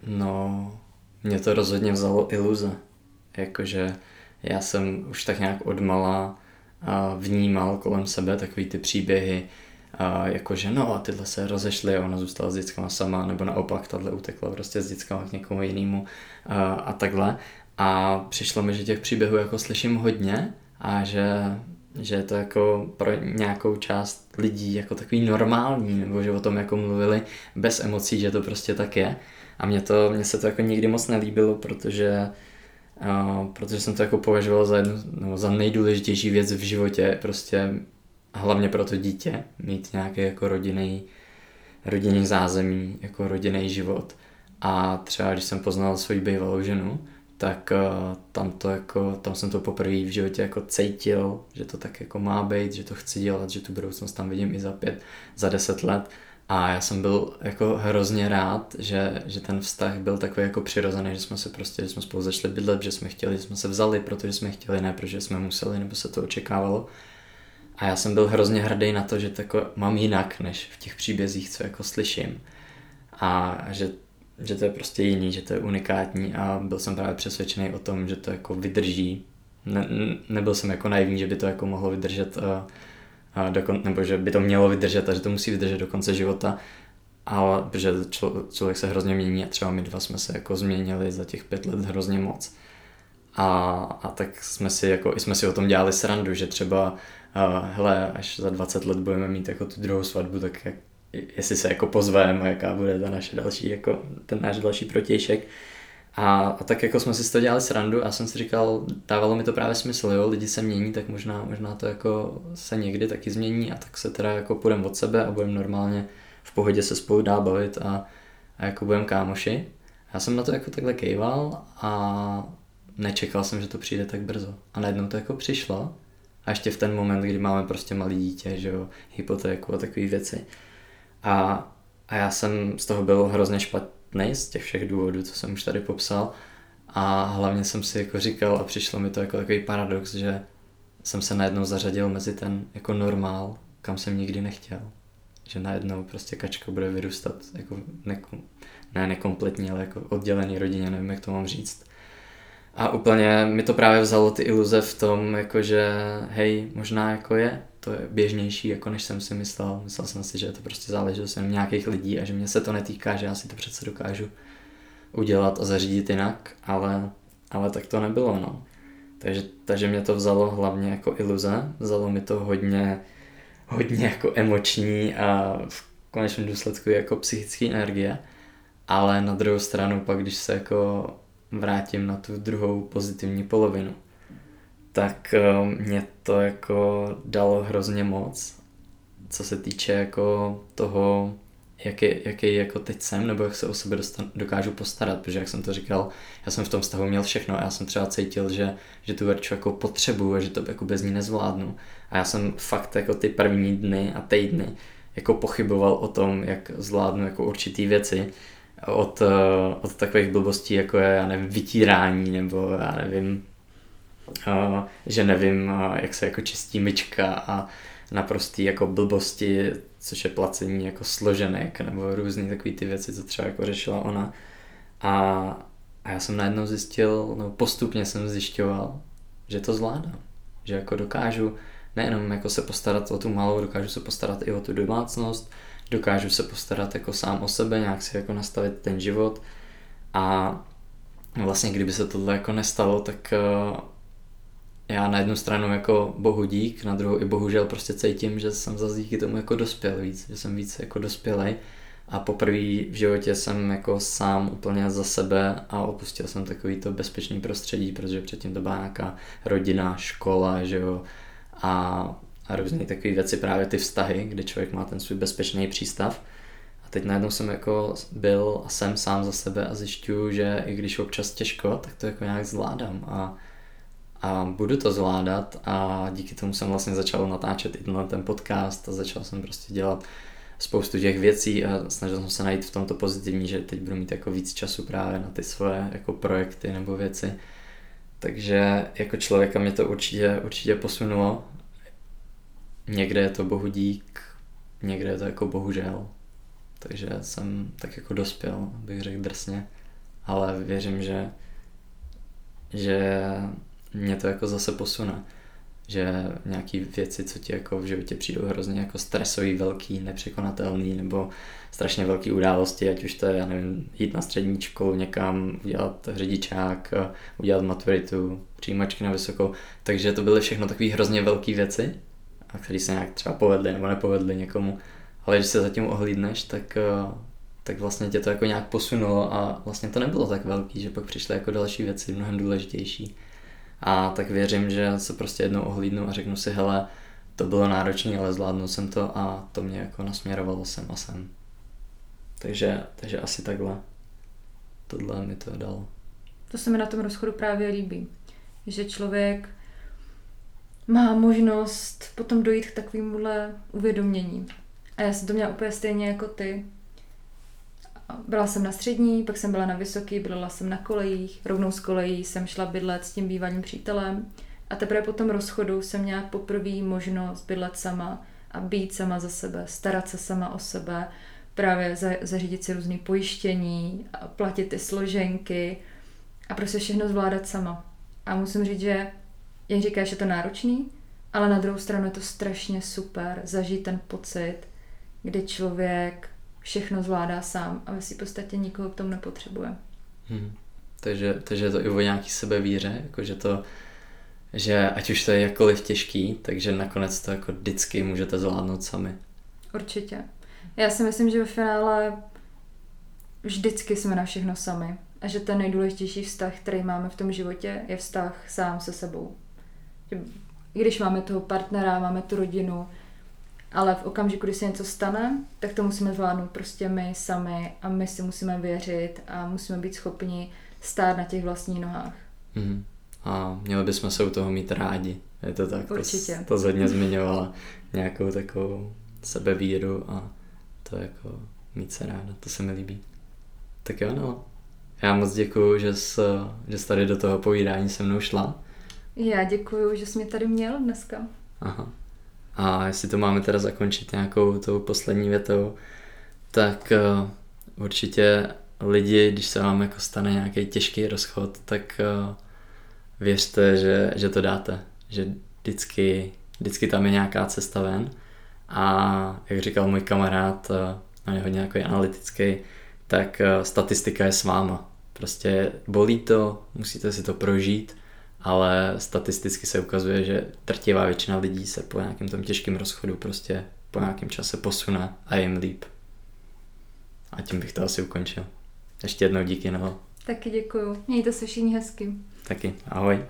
Speaker 2: No, mě to rozhodně vzalo iluze. Jakože já jsem už tak nějak odmala vnímal kolem sebe takový ty příběhy, a jakože no a tyhle se rozešly a ona zůstala s dětskama sama, nebo naopak tahle utekla prostě s dětskama k někomu jinému a, a takhle. A přišlo mi, že těch příběhů jako slyším hodně a že, že je to jako pro nějakou část lidí jako takový normální, nebo že o tom jako mluvili bez emocí, že to prostě tak je. A mně to, mně se to jako nikdy moc nelíbilo, protože Uh, protože jsem to jako považoval za jednu, no, za nejdůležitější věc v životě, prostě hlavně pro to dítě, mít nějaký jako rodinný, rodinný zázemí, jako rodinný život. A třeba když jsem poznal svoji bývalou ženu, tak uh, tam to jako, tam jsem to poprvé v životě jako cítil, že to tak jako má být, že to chci dělat, že tu budoucnost tam vidím i za pět, za deset let. A já jsem byl jako hrozně rád, že, že ten vztah byl takový jako přirozený, že jsme se prostě, že jsme spolu začali bydlet, že jsme chtěli, že jsme se vzali, protože jsme chtěli, ne protože jsme museli, nebo se to očekávalo. A já jsem byl hrozně hrdý na to, že to jako mám jinak, než v těch příbězích, co jako slyším. A, a že, že to je prostě jiný, že to je unikátní a byl jsem právě přesvědčený o tom, že to jako vydrží. Ne, nebyl jsem jako naivní, že by to jako mohlo vydržet uh, A dokon, nebo že by to mělo vydržet a že to musí vydržet do konce života, ale protože člo, člověk se hrozně mění a třeba my dva jsme se jako změnili za těch pět let hrozně moc. A, a tak jsme si jako, jsme si o tom dělali srandu, že třeba uh, hele, až za dvacet let budeme mít jako tu druhou svatbu, tak jak, jestli se jako pozveme, jaká bude ta naše další, jako ten náš další protějšek. A, a tak jako jsme si z toho dělali srandu a jsem si říkal, dávalo mi to právě smysl, jo, lidi se mění, tak možná, možná to jako se někdy taky změní a tak se teda jako půjdeme od sebe a budeme normálně v pohodě se spolu dál bavit a, a jako budeme kámoši. Já jsem na to jako takhle kejval a nečekal jsem, že to přijde tak brzo. A najednou to jako přišlo a ještě v ten moment, kdy máme prostě malý dítě, že jo, hypotéku a takové věci. A, a já jsem z toho byl hrozně špatný z těch všech důvodů, co jsem už tady popsal a hlavně jsem si jako říkal a přišlo mi to jako takový paradox, že jsem se najednou zařadil mezi ten jako normál, kam jsem nikdy nechtěl. Že najednou prostě kačka bude vyrůstat jako nekom, ne nekompletní, ale jako oddělený rodině, nevím jak to mám říct. A úplně mi to právě vzalo ty iluze v tom, jako že hej, možná jako je to je běžnější, jako než jsem si myslel. Myslel jsem si, že je to prostě záležitost jen nějakých lidí a že mě se to netýká, že já si to přece dokážu udělat a zařídit jinak, ale, ale tak to nebylo, no. Takže, takže mě to vzalo hlavně jako iluze, vzalo mi to hodně, hodně jako emoční a v konečném důsledku jako psychické energie, ale na druhou stranu pak, když se jako vrátím na tu druhou pozitivní polovinu, tak mě to jako dalo hrozně moc, co se týče jako toho, jaký, jaký jako teď jsem, nebo jak se o sebe dostan, dokážu postarat, protože jak jsem to říkal, já jsem v tom vztahu měl všechno a já jsem třeba cítil, že, že tu Verču jako potřebuju a že to jako bez ní nezvládnu. A já jsem fakt jako ty první dny a týdny jako pochyboval o tom, jak zvládnu jako určitý věci, od, od takových blbostí, jako je, já nevím, vytírání, nebo já nevím, Uh, že nevím, uh, jak se jako čistí myčka a, naprostý jako blbosti, což je placení jako složenek nebo různý takový ty věci, co třeba jako řešila ona. A, a já jsem najednou zjistil, no postupně jsem zjišťoval, že to zvládám. Že jako dokážu nejenom jako se postarat o tu malou, dokážu se postarat i o tu domácnost, dokážu se postarat jako sám o sebe, nějak si jako nastavit ten život. A vlastně kdyby se tohle jako nestalo, tak uh, já na jednu stranu jako bohu dík, na druhou i bohužel prostě cítím, že jsem zase díky tomu jako dospěl víc, že jsem víc jako dospělej a poprvé v životě jsem jako sám úplně za sebe a opustil jsem takový to bezpečný prostředí, protože předtím to byla nějaká rodina, škola, že jo, a, a různé takové věci, právě ty vztahy, kde člověk má ten svůj bezpečný přístav. A teď najednou jsem jako byl a jsem sám za sebe a zjišťuju, že i když občas těžko, tak to jako nějak zvládám a, a budu to zvládat a díky tomu jsem vlastně začal natáčet i tenhle ten podcast a začal jsem prostě dělat spoustu těch věcí a snažil jsem se najít v tomto pozitivní, že teď budu mít jako víc času právě na ty svoje jako projekty nebo věci. Takže jako člověka mě to určitě, určitě posunulo. Někde je to bohu dík, někde je to jako bohužel. Takže jsem tak jako dospěl, bych řekl drsně. Ale věřím, že, že mě to jako zase posune. Že nějaký věci, co ti jako v životě přijdou hrozně jako stresový, velký, nepřekonatelný, nebo strašně velký události, ať už to je, já nevím, jít na střední školu někam, udělat řidičák, udělat maturitu, přijímačky na vysokou. Takže to byly všechno takové hrozně velké věci, a které se nějak třeba povedly nebo nepovedly někomu. Ale když se zatím ohlídneš, tak, tak vlastně tě to jako nějak posunulo a vlastně to nebylo tak velký, že pak přišly jako další věci mnohem důležitější. A tak věřím, že se prostě jednou ohlídnu a řeknu si, hele, to bylo náročné, ale zvládnul jsem to a to mě jako nasměrovalo sem a sem. Takže, takže asi takhle. Tohle mi to dalo.
Speaker 3: To se mi na tom rozchodu právě líbí. Že člověk má možnost potom dojít k takovémuhle uvědomění. A já jsem to měla úplně stejně jako ty. Byla jsem na střední, pak jsem byla na vysoký, bydlela jsem na kolejích, rovnou z kolejí jsem šla bydlet s tím bývalým přítelem a teprve po tom rozchodu jsem měla poprvé možnost bydlet sama a být sama za sebe, starat se sama o sebe, právě za, zařídit si různé pojištění, a platit ty složenky a prostě všechno zvládat sama. A musím říct, že jak říkáš, je to náročný, ale na druhou stranu je to strašně super zažít ten pocit, kdy člověk všechno zvládá sám a ve v podstatě nikoho k tomu nepotřebuje.
Speaker 2: Hmm. Takže, takže je to i o nějaký sebevíře, jakože to, že ať už to je jakkoliv těžký, takže nakonec to jako vždycky můžete zvládnout sami.
Speaker 3: Určitě. Já si myslím, že ve finále vždycky jsme na všechno sami a že ten nejdůležitější vztah, který máme v tom životě, je vztah sám se sebou. I když máme toho partnera, máme tu rodinu, ale v okamžiku, kdy se něco stane, tak to musíme zvládnout prostě my sami a my si musíme věřit a musíme být schopni stát na těch vlastních nohách.
Speaker 2: Mm. A měli bychom se u toho mít rádi. Je to tak?
Speaker 3: Určitě.
Speaker 2: To, to hodně zmiňovala nějakou takovou sebevíru a to jako mít se ráda. To se mi líbí. Tak jo, no. Já moc děkuju, že jsi, že jsi tady do toho povídání se mnou šla.
Speaker 3: Já děkuju, že jsi mě tady měl dneska.
Speaker 2: Aha. A jestli to máme teda zakončit nějakou tou poslední větou, tak uh, určitě lidi, když se vám jako stane nějaký těžký rozchod, tak uh, věřte, že, že to dáte. Že vždycky, vždycky tam je nějaká cesta ven. A jak říkal můj kamarád, uh, on je hodně jako analytický, tak uh, statistika je s váma. Prostě bolí to, musíte si to prožít, ale statisticky se ukazuje, že drtivá většina lidí se po nějakém tom těžkém rozchodu prostě po nějakém čase posune a je jim líp. A tím bych to asi ukončil. Ještě jednou díky, Nelo.
Speaker 3: Taky děkuju. Mějte se všichni hezky.
Speaker 2: Taky. Ahoj.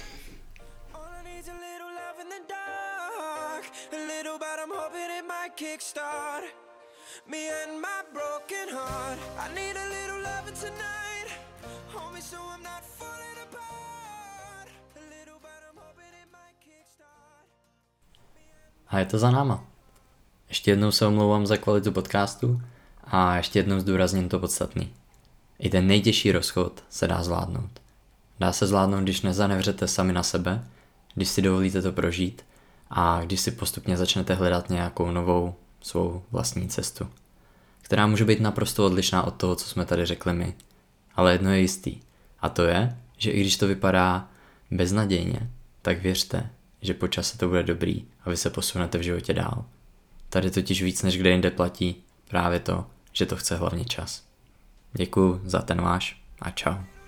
Speaker 2: A je to za náma. Ještě jednou se omlouvám za kvalitu podcastu a ještě jednou zdůrazním to podstatný. I ten nejtěžší rozchod se dá zvládnout. Dá se zvládnout, když nezanevřete sami na sebe, když si dovolíte to prožít a když si postupně začnete hledat nějakou novou svou vlastní cestu, která může být naprosto odlišná od toho, co jsme tady řekli my. Ale jedno je jistý, a to je, že i když to vypadá beznadějně, tak věřte, že po čase to bude dobrý a vy se posunete v životě dál. Tady totiž víc než kde jinde platí právě to, že to chce hlavně čas. Děkuju za ten váš a čau.